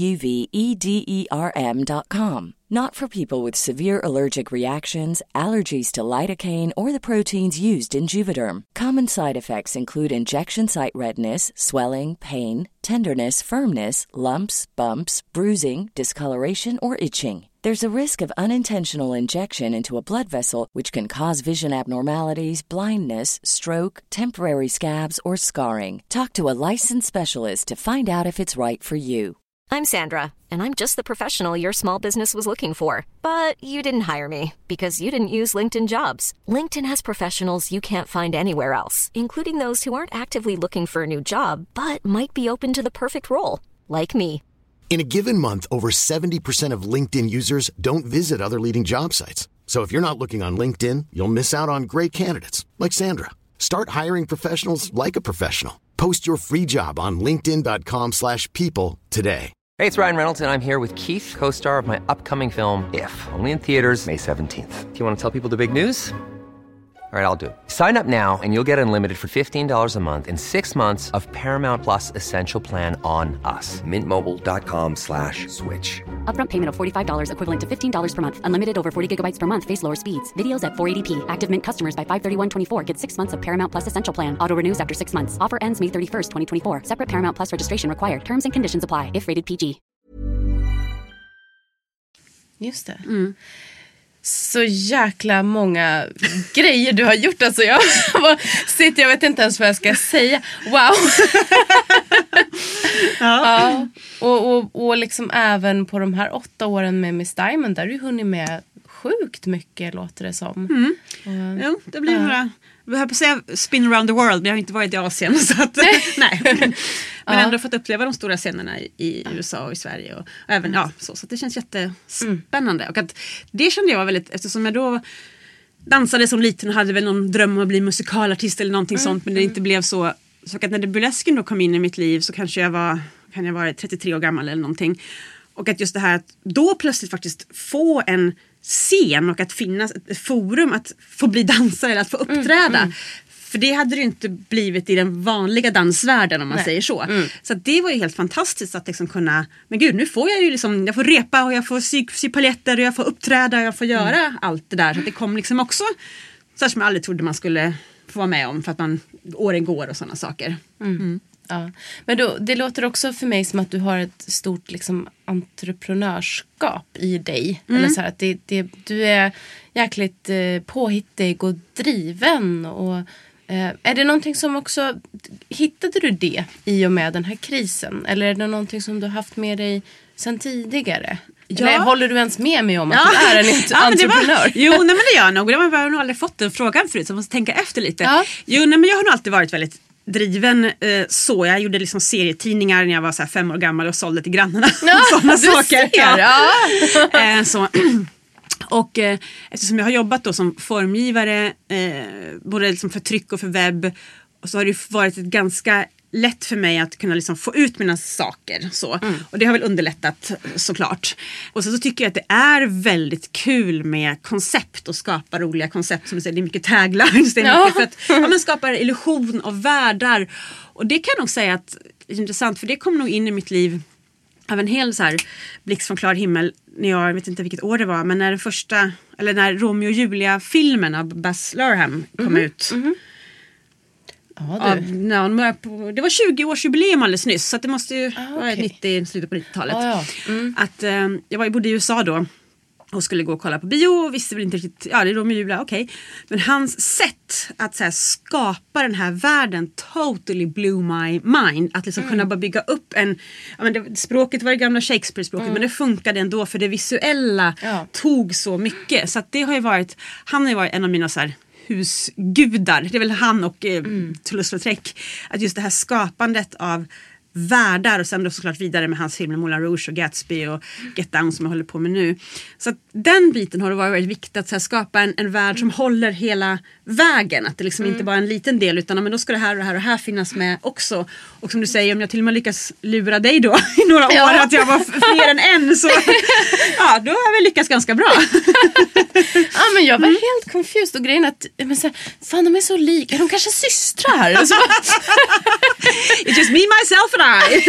JUVEDERM.com. Not for people with severe allergic reactions, allergies to lidocaine, or the proteins used in Juvederm. Common side effects include injection site redness, swelling, pain, tenderness, firmness, lumps, bumps, bruising, discoloration, or itching. There's a risk of unintentional injection into a blood vessel, which can cause vision abnormalities, blindness, stroke, temporary scabs, or scarring. Talk to a licensed specialist to find out if it's right for you. I'm Sandra, and I'm just the professional your small business was looking for. But you didn't hire me because you didn't use LinkedIn Jobs. LinkedIn has professionals you can't find anywhere else, including those who aren't actively looking for a new job, but might be open to the perfect role, like me. In a given month, over 70% of LinkedIn users don't visit other leading job sites. So if you're not looking on LinkedIn, you'll miss out on great candidates like Sandra. Start hiring professionals like a professional. Post your free job on linkedin.com/people today. Hey, it's Ryan Reynolds, and I'm here with Keith, co-star of my upcoming film, If, only in theaters May 17th. Do you want to tell people the big news? All right, I'll do it. Sign up now and you'll get unlimited for $15 a month and 6 months of Paramount Plus Essential Plan on us. MintMobile.com/switch. Upfront payment of $45 equivalent to $15 per month. Unlimited over 40 gigabytes per month. Face lower speeds. Videos at 480p. Active Mint customers by 531.24 get 6 months of Paramount Plus Essential Plan. Auto renews after 6 months. Offer ends May 31st, 2024. Separate Paramount Plus registration required. Terms and conditions apply if rated PG. Just det. Så jäkla många grejer du har gjort. Alltså jag vet inte ens vad jag ska säga. Wow. Ja. Och liksom även på de här 8 åren med Miss Diamond, där har du hunnit med sjukt mycket, låter det som. Jo, det blir några... Jag höll på att säga spin around the world, men jag har inte varit i Asien. Så att, nej. Men ändå fått uppleva de stora scenerna i USA och i Sverige. Och även, så att det känns jättespännande. Och att det kände jag var väldigt... Eftersom jag då dansade som liten och hade väl någon dröm om att bli musikalartist eller någonting sånt. Men det inte blev så... Så att när burlesken då kom in i mitt liv så kanske jag var 33 år gammal eller någonting. Och att just det här att då plötsligt faktiskt få en scen och att finnas ett forum att få bli dansare eller att få uppträda. För det hade det ju inte blivit i den vanliga dansvärlden om man säger så. Så att det var ju helt fantastiskt att liksom kunna, men gud, nu får jag ju liksom, jag får repa och jag får sy paljetter och jag får uppträda och jag får göra allt det där. Så att det kom liksom också så som jag aldrig trodde man skulle få vara med om för att åren går och sådana saker. Ja. Men då, det låter också för mig som att du har ett stort liksom, entreprenörskap i dig. Eller så här, att du är jäkligt påhittig och driven. Och, är det någonting som också... Hittade du det i och med den här krisen? Eller är det någonting som du har haft med dig sedan tidigare? Ja. Eller håller du ens med mig om att du är en entreprenör? Men det gör jag nog. Jag har nog aldrig fått den frågan förut, så jag måste tänka efter lite. Ja. Men jag har nog alltid varit väldigt driven så. Jag gjorde liksom serietidningar när jag var så här 5 år gammal och sålde till grannarna. Sådana saker. Så. Och eftersom jag har jobbat då som formgivare både liksom för tryck och för webb, och så har det varit ett ganska lätt för mig att kunna liksom få ut mina saker så. Och det har väl underlättat såklart. Och så tycker jag att det är väldigt kul med koncept och skapa roliga koncept, som du säger, det är mycket taglines, det är mycket för att man skapar illusion och världar. Och det kan jag nog säga att det är intressant, för det kom nog in i mitt liv av en hel så här blixt från klar himmel när jag vet inte vilket år det var, men när Romeo och Julia-filmen av Baz Luhrmann kom ut. Det var 20-årsjubileum alldeles nyss, så att det måste ju vara 90, slutet på 90-talet. Att jag bodde i USA då och skulle gå och kolla på bio och visste väl inte riktigt, det är Romeo och Julia, okej. Men hans sätt att så här, skapa den här världen totally blew my mind. Att liksom kunna bara bygga upp språket var det gamla Shakespeare-språket, men det funkade ändå för det visuella tog så mycket. Så att det har ju varit, han har ju varit en av mina så här husgudar. Det är väl han och Toulouse-Lautrec. Att just det här skapandet av världar, och sen då såklart vidare med hans filmer Moulin Rouge och Gatsby och Get Down som jag håller på med nu. Så att den biten har det varit väldigt viktigt att så här, skapa en värld som håller hela vägen. Att det liksom inte bara är en liten del, utan men då ska det här och det här och här finnas med också. Och som du säger, om jag till och med lyckas lura dig då i några år att jag var fler än en, så då har vi lyckats ganska bra. Men jag var helt confused, och grejen att fan, de är så lika, de kanske är systrar. It's just me, myself and I.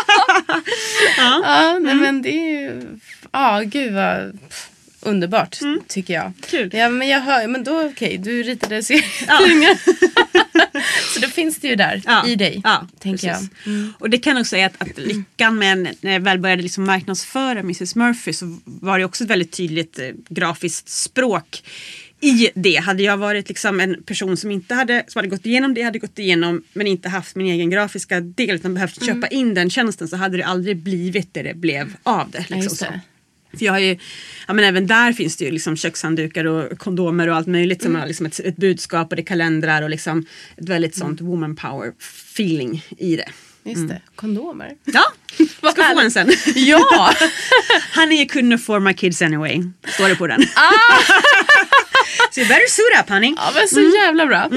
Men det är ju gud vad underbart, tycker jag. Kul. Ja, men jag hör, men då du ritade serietidningar. Så då finns det ju där i dig, tänker jag. Och det kan jag också säga att lyckan med, när jag väl började liksom marknadsföra Mrs. Murphy, så var det också ett väldigt tydligt grafiskt språk i det. Hade jag varit liksom en person som hade gått igenom det, hade gått igenom men inte haft min egen grafiska del utan behövt köpa in den tjänsten, så hade det aldrig blivit det blev av det. Liksom så. För jag har ju, men även där finns det ju liksom kökshanddukar och kondomer och allt möjligt som har liksom ett budskap och det kalendrar och liksom ett väldigt sånt woman power feeling i det. Just det, kondomer. Ja, vad ska få en sen. Ja! Honey, you couldn't afford my kids anyway. Står det på den. So you better suit up, honey. Ja, men så jävla bra.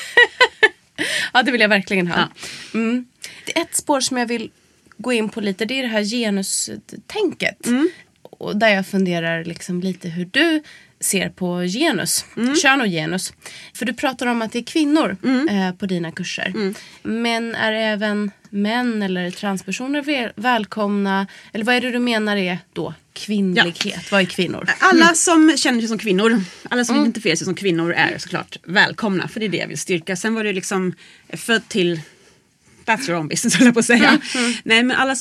Ja, det vill jag verkligen ha. Det är ett spår som jag vill gå in på lite. Det är det här genustänket. Och där jag funderar liksom lite hur du ser på genus. Kön och genus. För du pratar om att det är kvinnor på dina kurser. Men är även män eller transpersoner välkomna? Eller vad är det du menar är då kvinnlighet? Ja. Vad är kvinnor? Alla som känner sig som kvinnor, alla som identifierar sig som kvinnor är såklart välkomna. För det är det jag vill styrka. Sen var det liksom född till... That's your own business, höll jag på att säga. Nej, men alla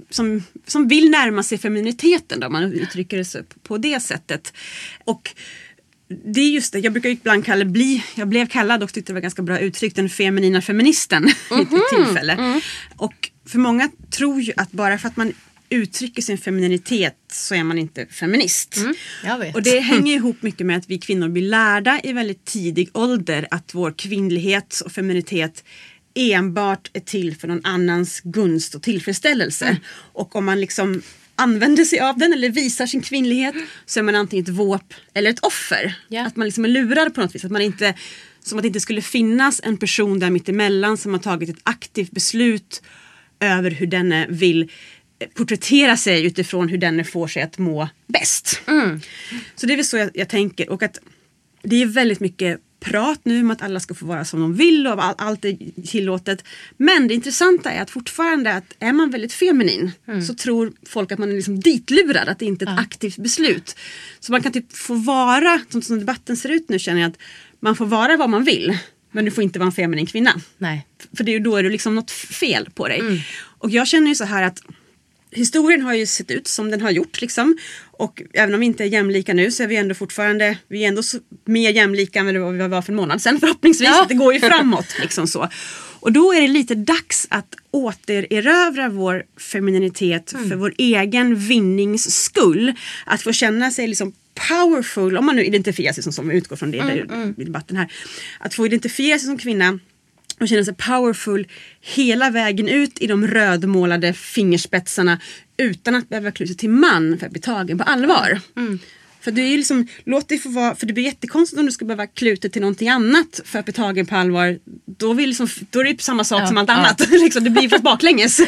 som vill närma sig femininiteten då, om man uttrycker det på det sättet. Och det är just det, jag brukar ibland jag blev kallad och tyckte det var ganska bra uttryckt, den feminina feministen vid ett tillfälle. Och för många tror ju att bara för att man uttrycker sin femininitet så är man inte feminist. Jag vet. Och det hänger ihop mycket med att vi kvinnor blir lärda i väldigt tidig ålder att vår kvinnlighet och feminitet enbart är till för någon annans gunst och tillfredsställelse. Och om man liksom använder sig av den eller visar sin kvinnlighet så är man antingen ett våp eller ett offer. Att man liksom är lurad på något vis. Att man inte, som att det inte skulle finnas en person där mittemellan som har tagit ett aktivt beslut över hur denne vill porträttera sig utifrån hur denne får sig att må bäst. Så det är väl så jag tänker. Och att det är väldigt mycket prat nu om att alla ska få vara som de vill och allt är tillåtet. Men det intressanta är att fortfarande att är man väldigt feminin så tror folk att man är liksom ditlurad, att det inte är ett aktivt beslut. Så man kan typ få vara, som debatten ser ut nu känner jag att man får vara vad man vill, men du får inte vara en feminin kvinna. Nej. För det är ju då är det liksom något fel på dig. Och jag känner ju så här att historien har ju sett ut som den har gjort liksom. Och även om vi inte är jämlika nu så är vi ändå fortfarande, vi är ändå mer jämlika än vad vi var för en månad sedan förhoppningsvis. Ja. Det går ju framåt liksom så. Och då är det lite dags att återerövra vår femininitet för vår egen vinnings skull. Att få känna sig liksom powerful, om man nu identifierar sig som vi utgår från det i debatten här. Att få identifiera sig som kvinna och känna sig powerful hela vägen ut i de rödmålade fingerspetsarna utan att behöva klä sig till man för att bli tagen på allvar. För det är ju liksom, låt det få vara, för det blir jättekonstigt om du ska behöva kluta till någonting annat för att bli tagen på allvar. Då är det samma sak som allt annat. Liksom, det blir fast baklänges.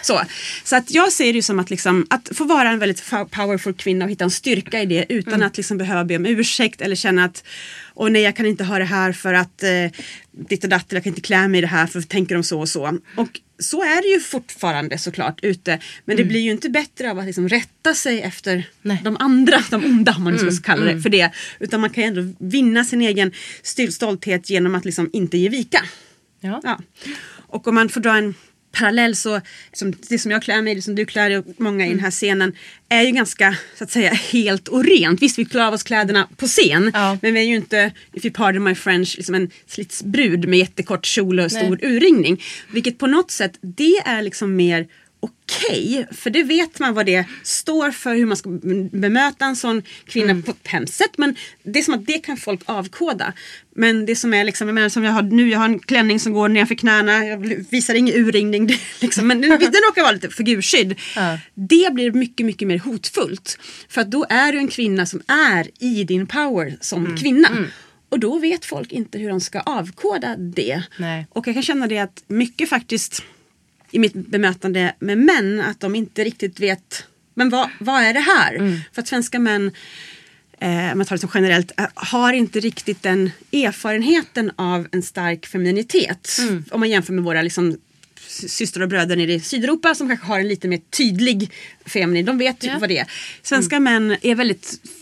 Så att jag ser det ju som att, liksom, att få vara en väldigt powerful kvinna och hitta en styrka i det utan att liksom behöva be om ursäkt eller känna att åh nej, jag kan inte ha det här för att ditt och datt, jag kan inte klä mig i det här för tänker de så och så. Och så är det ju fortfarande såklart ute. Men det blir ju inte bättre av att liksom rätta sig efter de andra, de onda om man nu ska kalla det för det. Utan man kan ju ändå vinna sin egen stolthet genom att liksom inte ge vika. Ja. Och om man får dra en parallell så det som jag klär mig, det som du klär dig och många i den här scenen är ju ganska så att säga helt och rent. Visst, vi klär av oss kläderna på scen men vi är ju inte, if you pardon my French, liksom en slitsbrud med jättekort kjol och stor urringning. Vilket på något sätt, det är liksom mer okej, för det vet man vad det står för, hur man ska bemöta en sån kvinna på ett hemskt sätt, men det är som att det kan folk avkoda. Men det som är liksom, jag menar, som jag har en klänning som går nedanför knäna, jag visar ingen urringning liksom, men den råkar vara lite figurskydd. Det blir mycket, mycket mer hotfullt, för att då är du en kvinna som är i din power som kvinna. Och då vet folk inte hur de ska avkoda det. Och jag kan känna det att mycket faktiskt i mitt bemötande med män, att de inte riktigt vet, men vad är det här? För att svenska män, om man tar det som generellt, har inte riktigt den erfarenheten av en stark femininitet. Om man jämför med våra liksom systrar och bröder nere i Sydeuropa som kanske har en lite mer tydlig feminin. De vet ju vad det är. Svenska män är väldigt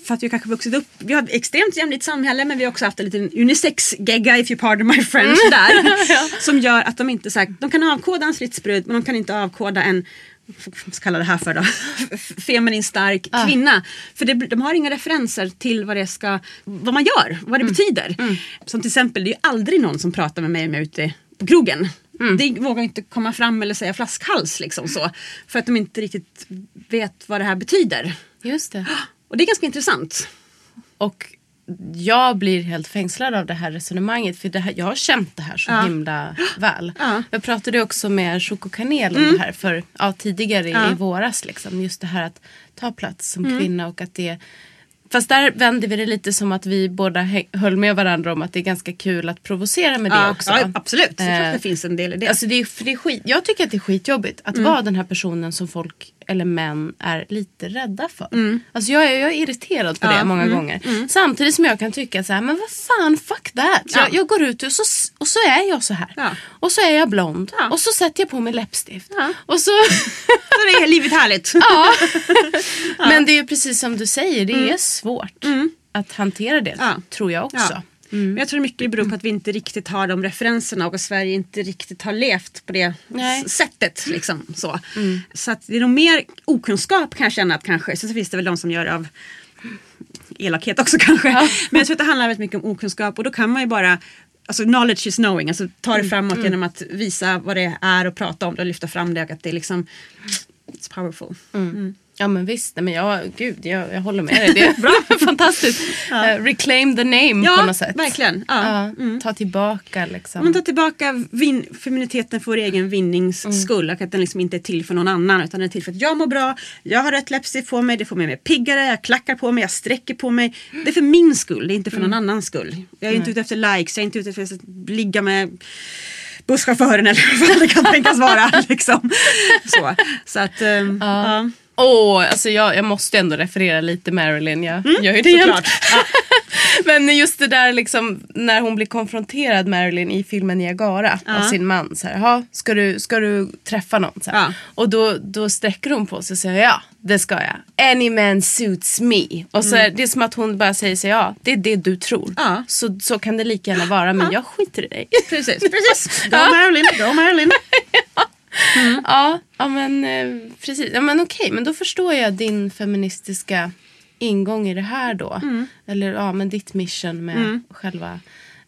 för att vi kanske vuxit upp, vi har ett extremt jämlikt samhälle, men vi har också haft en liten unisex-gegga, if you pardon my French, där. Som gör att de inte sagt, de kan avkoda en stridsbrud, men de kan inte avkoda en, vad ska kalla det här för då, feminin stark kvinna. För de har inga referenser till vad man gör, vad det betyder. Som till exempel, det är ju aldrig någon som pratar med mig om jag är ute på krogen. Det vågar inte komma fram eller säga flaskhals liksom så. För att de inte riktigt vet vad det här betyder. Just det. Och det är ganska intressant. Och jag blir helt fängslad av det här resonemanget. För jag har känt det här så himla väl. Jag pratade också med Choco Kanel om det här för tidigare i våras. Liksom. Just det här att ta plats som kvinna och att det... Fast där vände vi det lite som att vi båda höll med varandra om att det är ganska kul att provocera med det också. Ja, absolut. Så det finns en del i det. Alltså det är skit. Jag tycker att det är skitjobbigt att vara den här personen som folk eller män är lite rädda för. Alltså jag är irriterad på det många gånger. Samtidigt som jag kan tycka så här, men vad fan, fuck that. Jag går ut och så är jag så här. Och så är jag blond. Och så sätter jag på mig läppstift. Och så... så är livet härligt. Men det är ju precis som du säger, det är svårt att hantera det, tror jag också. Men jag tror mycket beror på att vi inte riktigt har de referenserna och att Sverige inte riktigt har levt på det sättet. Liksom, så. Så att det är nog mer okunskap kan jag känna att kanske. Så finns det väl de som gör av elakhet också kanske. Men jag tror att det handlar väldigt mycket om okunskap och då kan man ju bara... Alltså knowledge is knowing, alltså ta det framåt genom att visa vad det är och prata om det och lyfta fram det och att det är liksom it's powerful. Ja men visst, men jag håller med dig. Det är bra, fantastiskt. Reclaim the name på något sätt. Verkligen. Ta tillbaka liksom. Man tar tillbaka femininiteten för vår egen vinnings skull. Att den liksom inte är till för någon annan utan den är till för att jag mår bra, jag har rätt läppstift på mig, det får mig mer piggare, jag klackar på mig, jag sträcker på mig. Det är för min skull, det är inte för någon annans skull. Jag är inte ute efter likes, jag är inte ute efter att ligga med busschauffören eller vad det kan tänkas vara liksom. Så att alltså jag måste ändå referera lite Marilyn. Jag gör ju det jämt. Men just det där liksom, när hon blir konfronterad Marilyn i filmen Niagara av sin man så här, ska du träffa någon så här. Och då sträcker hon på sig och säger det ska jag. Any man suits me. Och så är det som att hon bara säger sig, det är det du tror. Så kan det lika gärna vara, men jag skiter i dig. Precis. Go Marilyn. Ja men precis. Ja men okej, men då förstår jag din feministiska ingång i det här då. Eller men ditt mission med själva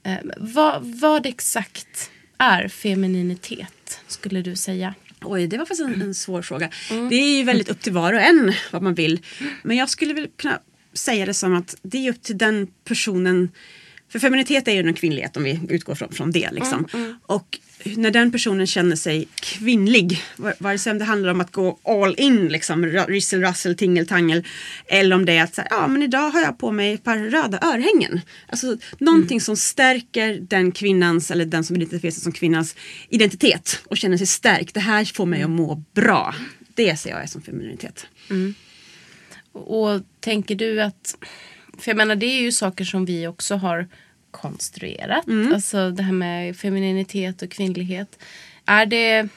vad exakt är femininitet, skulle du säga? Oj, det var faktiskt en svår fråga. Det är ju väldigt upp till var och en vad man vill. Men jag skulle väl kunna säga det som att det är upp till den personen. För feminitet är ju en kvinnlighet om vi utgår från det liksom. Och när den personen känner sig kvinnlig, vare sig det handlar om att gå all in liksom, Russell, tingeltangel, eller om det är att så här, men idag har jag på mig ett par röda örhängen. Alltså någonting som stärker den kvinnans, eller den som identifierar sig som kvinnans identitet och känner sig stärkt. Det här får mig att må bra. Det ser jag är som femininitet. Och tänker du att, för jag menar det är ju saker som vi också har konstruerat. Alltså det här med femininitet och kvinnlighet. Är det...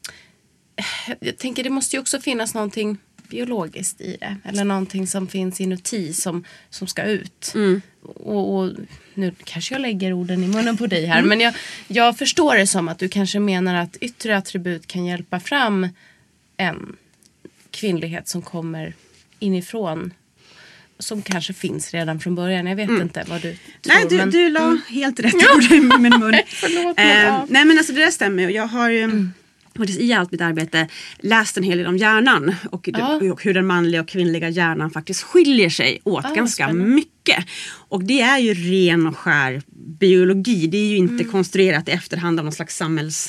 Jag tänker det måste ju också finnas någonting biologiskt i det. Eller någonting som finns inuti som ska ut. Och nu kanske jag lägger orden i munnen på dig här. Men jag förstår det som att du kanske menar att yttre attribut kan hjälpa fram en kvinnlighet som kommer inifrån. Som kanske finns redan från början. Jag vet inte vad du tror. Nej, du la helt rätt ord i min mun. Förlåt, nej, men alltså det där stämmer. Jag har ju i allt mitt arbete läst en hel del om hjärnan. Och hur den manliga och kvinnliga hjärnan faktiskt skiljer sig åt ganska mycket. Och det är ju ren och skär biologi. Det är ju inte konstruerat i efterhand av någon slags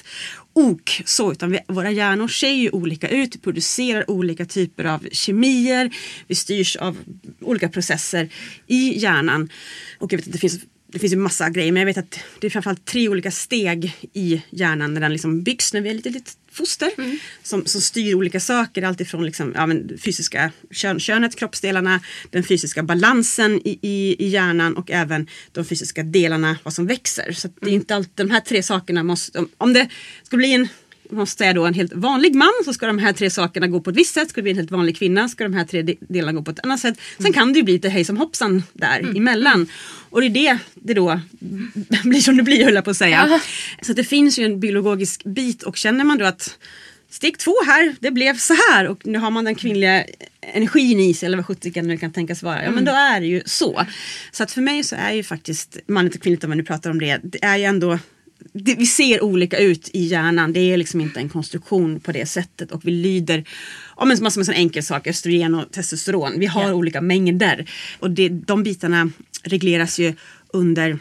så, utan våra hjärnor ser ju olika ut, vi producerar olika typer av kemier, vi styrs av olika processer i hjärnan. Och jag vet att det finns ju massa grejer, men jag vet att det är framförallt 3 olika steg i hjärnan när den liksom byggs när vi är lite foster som styr olika saker, alltifrån liksom, fysiska könet, kroppsdelarna, den fysiska balansen i hjärnan och även de fysiska delarna, vad som växer. Så att det är inte alltid de här 3 sakerna måste, om det skulle bli måste jag då en helt vanlig man, så ska de här 3 sakerna gå på ett visst sätt. Ska det bli en helt vanlig kvinna, ska de här 3 delarna gå på ett annat sätt. Sen kan det ju bli lite hej som hoppsan där emellan. Och det är det då blir som det blir, höll jag på att säga. Så att det finns ju en biologisk bit, och känner man då att steg 2 här, det blev så här, och nu har man den kvinnliga energin i sig, eller vad 70 kan tänkas vara. Ja, men då är det ju så. Så att för mig så är ju faktiskt manligt och kvinnligt, om man nu pratar om det är ju ändå, vi ser olika ut i hjärnan. Det är liksom inte en konstruktion på det sättet, och vi lyder om en massa enkel sak, östrogen och testosteron. Vi har olika mängder, och de bitarna regleras ju under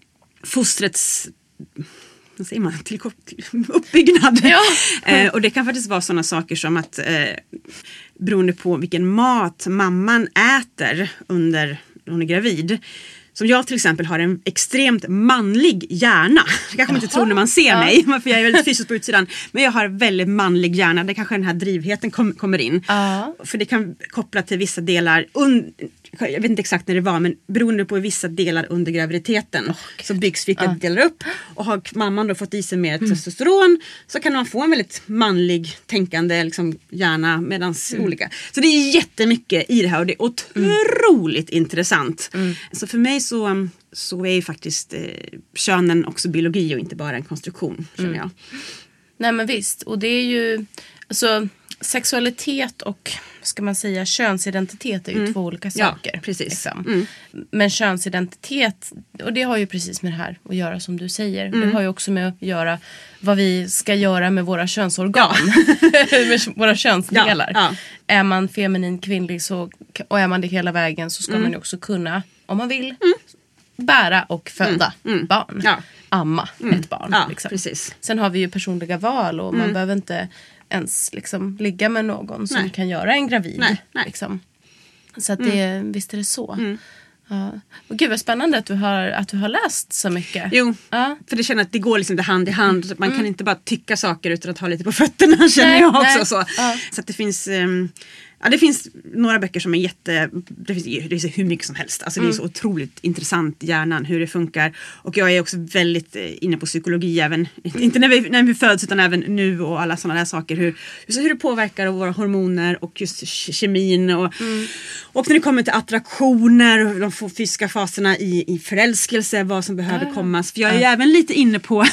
fostrets, vad säger man, till uppbyggnad. Och det kan faktiskt vara sådana saker som att beroende på vilken mat mamman äter under hon är gravid. Som jag till exempel har en extremt manlig hjärna. Det kanske man inte tror när man ser mig, för jag är väldigt fysisk på utsidan. Men jag har väldigt manlig hjärna. Det kanske den här drivheten kommer in. För det kan koppla till vissa delar, jag vet inte exakt när det var, men beroende på vissa delar under graviditeten så byggs vilka delar upp. Och har mamman då fått i sig mer testosteron, så kan man få en väldigt manlig tänkande liksom, hjärna, medans olika. Så det är jättemycket i det här, och det är otroligt intressant. Så för mig så är ju faktiskt könen också biologi och inte bara en konstruktion, känner jag. Nej, men visst. Och det är ju, alltså, sexualitet och, ska man säga, könsidentitet är ju 2 olika saker. Ja, precis. Liksom. Men könsidentitet, och det har ju precis med det här att göra, som du säger. Det har ju också med att göra vad vi ska göra med våra könsorgan. Med våra könsdelar. Är man feminin, kvinnlig, och är man det hela vägen, så ska man ju också kunna, om man vill, bära och föda barn. Amma ett barn. Liksom. Precis. Sen har vi ju personliga val, och man behöver inte ens liksom ligga med någon som kan göra en gravid. Nej. Liksom. Så att visst är det så. Ja. Och gud vad spännande att du har läst så mycket. Jo, för det känner att det går liksom hand i hand. Man kan inte bara tycka saker utan att ha lite på fötterna, känner jag också. Så att det finns... det finns några böcker som är det finns hur mycket som helst. Alltså det är så otroligt intressant, hjärnan, hur det funkar. Och jag är också väldigt inne på psykologi, även, inte när vi föds, utan även nu, och alla sådana där saker. Hur det påverkar våra hormoner och just kemin. Och när det kommer till attraktioner och de fysiska faserna i förälskelse, vad som behöver komma. För jag är ju även lite inne på...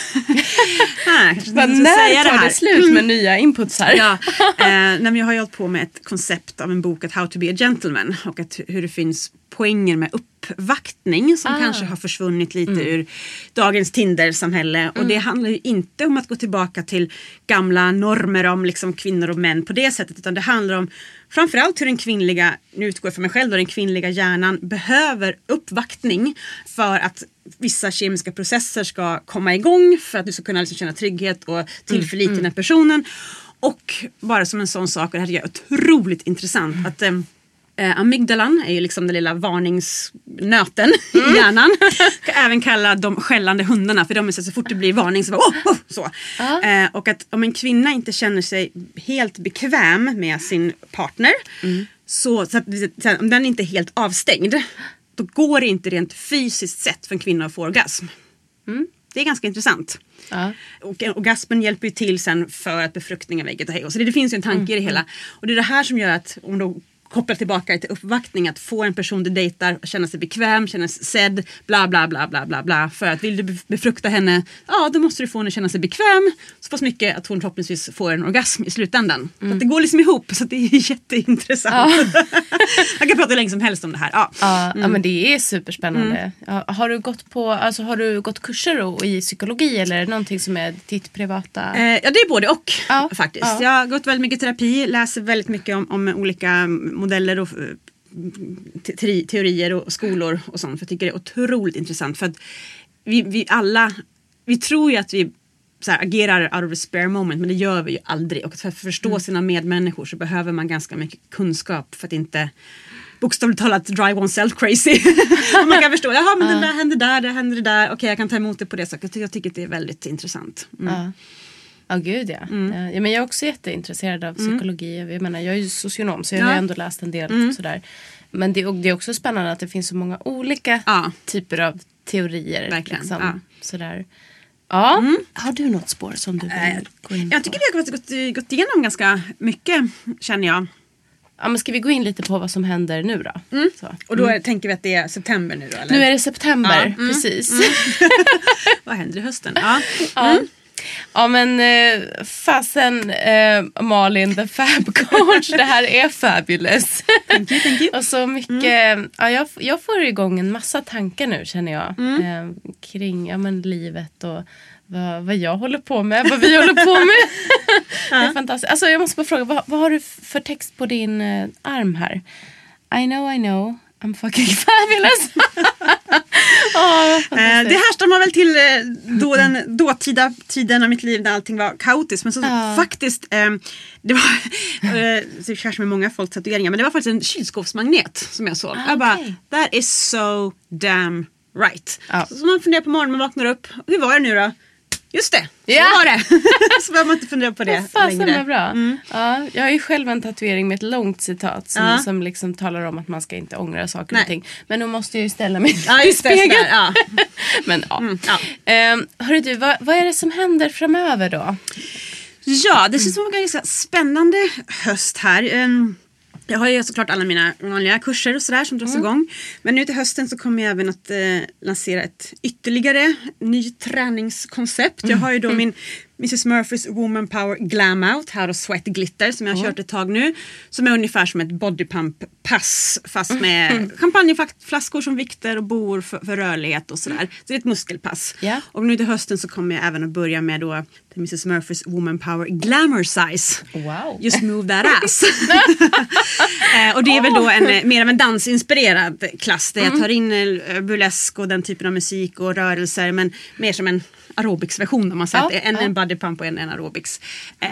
när tar det slut med nya inputs här? Jag har ju hållit på med ett koncept av en bok, att How to be a gentleman, och hur det finns poänger med uppvaktning som kanske har försvunnit lite ur dagens Tinder-samhälle. Och det handlar ju inte om att gå tillbaka till gamla normer om liksom kvinnor och män på det sättet, utan det handlar om framförallt hur den kvinnliga, nu utgår jag för mig själv då, den kvinnliga hjärnan behöver uppvaktning för att vissa kemiska processer ska komma igång, för att du ska kunna liksom känna trygghet och tillförlit i den här personen. Och bara som en sån sak, och det här är otroligt intressant, att amygdalan är ju liksom den lilla varningsnöten i hjärnan. Kan även kalla de skällande hundarna, för de är så fort det blir varning så bara, så. Och att om en kvinna inte känner sig helt bekväm med sin partner, så att om den inte är helt avstängd, då går det inte rent fysiskt sett för en kvinna att få orgasm. Det är ganska intressant. Och orgasmen hjälper ju till sen för att befruktningen vägget och hej. Så det finns ju en tanke i det hela. Och det är det här som gör att, om då kopplar tillbaka till uppvaktning, att få en person du dejtar känna sig bekväm, känna sig sedd, bla bla bla bla bla bla. För att vill du befrukta henne, då måste du få henne att känna sig bekväm så pass mycket att hon förhoppningsvis får en orgasm i slutändan. Så att det går liksom ihop, så att det är jätteintressant. Jag kan prata länge som helst om det här. Ja, men det är superspännande. Har du gått kurser i psykologi, eller är det någonting som är ditt privata? Ja, det är både och faktiskt. Jag har gått väldigt mycket terapi, läser väldigt mycket om olika modeller och teorier och skolor och sånt. För jag tycker det är otroligt intressant. För att vi tror ju att vi så här, agerar out of a spare moment, men det gör vi ju aldrig. Och för att förstå sina medmänniskor så behöver man ganska mycket kunskap för att inte bokstavligt talat drive oneself crazy. Och man kan förstå, jaha, men det där händer det där. Okej, jag kan ta emot det på det sättet. Jag tycker att det är väldigt intressant. Ja, gud ja. Men jag är också jätteintresserad av psykologi. Jag menar, jag är ju socionom, så jag har ändå läst en del sådär. Men det är också spännande att det finns så många olika typer av teorier. Verkligen. Liksom, sådär. Ja. Har du något spår som du vill gå in på? Jag tycker vi har gått igenom ganska mycket, känner jag. Ja, men ska vi gå in lite på vad som händer nu då? Så. Och då tänker vi att det är september nu då, eller? Nu är det september, precis. Vad händer i hösten? Ja, men fasen Malin, the fab coach, det här är fabulous. Thank you. Och så mycket, jag får igång en massa tankar nu, känner jag, kring livet och vad jag håller på med, vad vi håller på med. Det är fantastiskt. Alltså jag måste bara fråga, vad har du för text på din arm här? I know, I'm fucking fabulous. Det härstammar väl till den dåtida tiden av mitt liv där allting var kaotiskt. Men så faktiskt, det var det kanske med många folktatueringar, men det var faktiskt en kylskåpsmagnet som jag såg. Jag bara, that is so damn right. Så man funderar på morgonen, man vaknar upp. Hur var det nu då? Just det, så var det. Så behöver man inte fundera på det längre. Bra. Ja, jag har ju själv en tatuering med ett långt citat som liksom talar om att man ska inte ångra saker och ting. Men då måste jag ju ställa mig i spegeln. Men hörru du, vad är det som händer framöver då? Ja, det ser som en ganska spännande höst här. Jag har ju såklart alla mina vanliga kurser och sådär som dras igång. Men nu till hösten så kommer jag även att lansera ett ytterligare ny träningskoncept. Jag har ju då min Mrs. Murphys Woman Power Glam Out, How to Sweat Glitter, som jag har kört ett tag nu. Som är ungefär som ett bodypump-pass fast med champagneflaskor som vikter och bor för rörlighet och sådär. Så det är ett muskelpass. Yeah. Och nu till hösten så kommer jag även att börja med då Mrs. Murphys Woman Power Glamour Size. Wow. Just move that ass. Och det är väl då mer av en dansinspirerad klass där jag tar in burlesk och den typen av musik och rörelser, men mer som en aerobics-version om man säger en bodypump och en aerobics.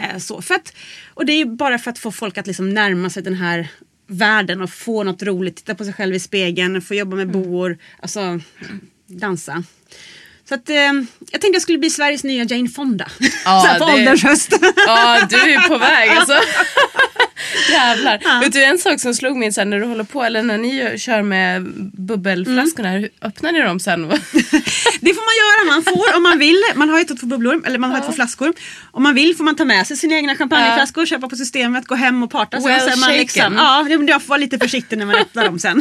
Och det är ju bara för att få folk att liksom närma sig den här världen och få något roligt, titta på sig själv i spegeln, få jobba med boor, alltså dansa. Så att jag tänkte jag skulle bli Sveriges nya Jane Fonda. På åldershöst. Ja, du är på väg alltså. Jävlar. Vet du en sak som slog mig sen när du håller på, eller när ni kör med bubbelflaskorna, hur öppnar ni dem sen? Det får man göra, man får om man vill. Man har ju 2 bubblor, eller man har 2 flaskor. Om man vill får man ta med sig sina egna champagneflaskor, köpa på systemet, gå hem och parta. Well man liksom, jag får vara lite försiktig när man öppnar dem sen.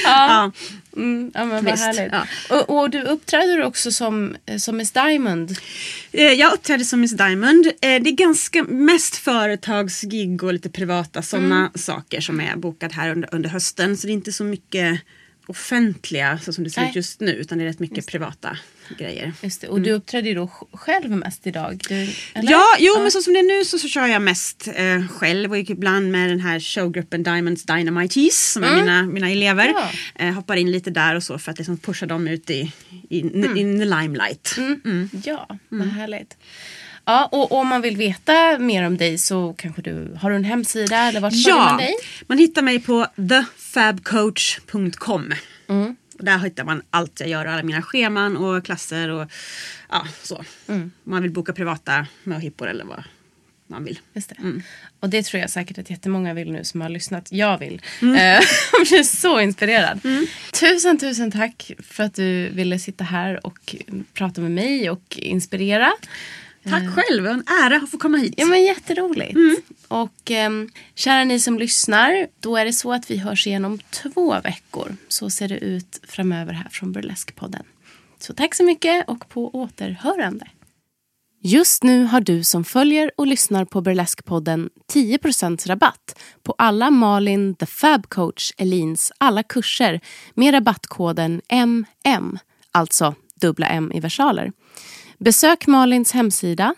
Men vad härligt. Och du uppträder också som Miss Diamond. Jag uppträder som Miss Diamond. Det är ganska mest företagsgig och lite privata sådana saker som är bokat här under hösten. Så det är inte så mycket offentliga så som det ser ut just nu, utan det är rätt mycket privata grejer. Just det. Och du uppträder ju då själv mest idag? Men så som det är nu så kör jag mest själv och ibland med den här showgruppen Diamonds Dynamites som är mina elever. Hoppar in lite där och så för att liksom pusha dem ut i the limelight. Vad härligt. Ja, och om man vill veta mer om dig så kanske har du en hemsida eller vart följer man dig? Man hittar mig på thefabcoach.com. Och där hittar man allt jag gör, alla mina scheman och klasser och så. Man vill boka privata möhippor eller vad man vill. Just det. Och det tror jag säkert att jättemånga vill nu som har lyssnat. Jag vill. Jag blir så inspirerad. Tusen tack för att du ville sitta här och prata med mig och inspirera. Tack själv, en ära att få komma hit. Ja, men jätteroligt. Och kära ni som lyssnar, då är det så att vi hörs igen om 2 veckor. Så ser det ut framöver här från Burlesque-podden. Så tack så mycket och på återhörande. Just nu har du som följer och lyssnar på Burlesque-podden 10% rabatt på alla Malin the Fab Coach Elins alla kurser med rabattkoden MM, alltså dubbla M i versaler. Besök Malins hemsida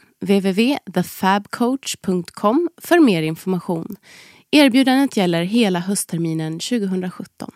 www.thefabcoach.com för mer information. Erbjudandet gäller hela höstterminen 2017.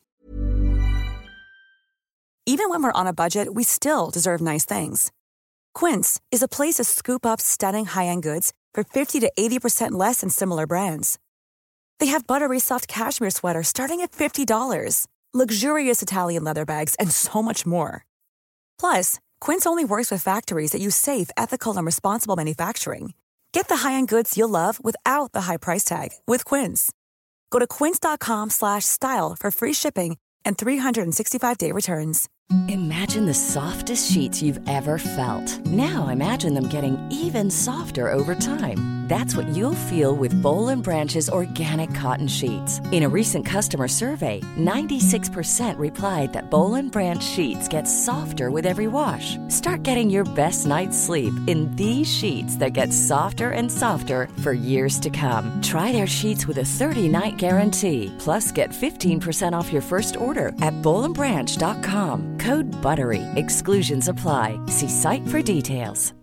Even when we're on a budget, we still deserve nice things. Quince is a place to scoop up stunning high-end goods for 50 to 80% less than similar brands. They have buttery soft cashmere sweaters starting at $50, luxurious Italian leather bags, and so much more. Plus, Quince only works with factories that use safe, ethical, and responsible manufacturing. Get the high-end goods you'll love without the high price tag with Quince. Go to quince.com/style for free shipping and 365-day returns. Imagine the softest sheets you've ever felt. Now imagine them getting even softer over time. That's what you'll feel with Boll & Branch's organic cotton sheets. In a recent customer survey, 96% replied that Boll & Branch sheets get softer with every wash. Start getting your best night's sleep in these sheets that get softer and softer for years to come. Try their sheets with a 30-night guarantee. Plus, get 15% off your first order at bollandbranch.com. Code BUTTERY. Exclusions apply. See site for details.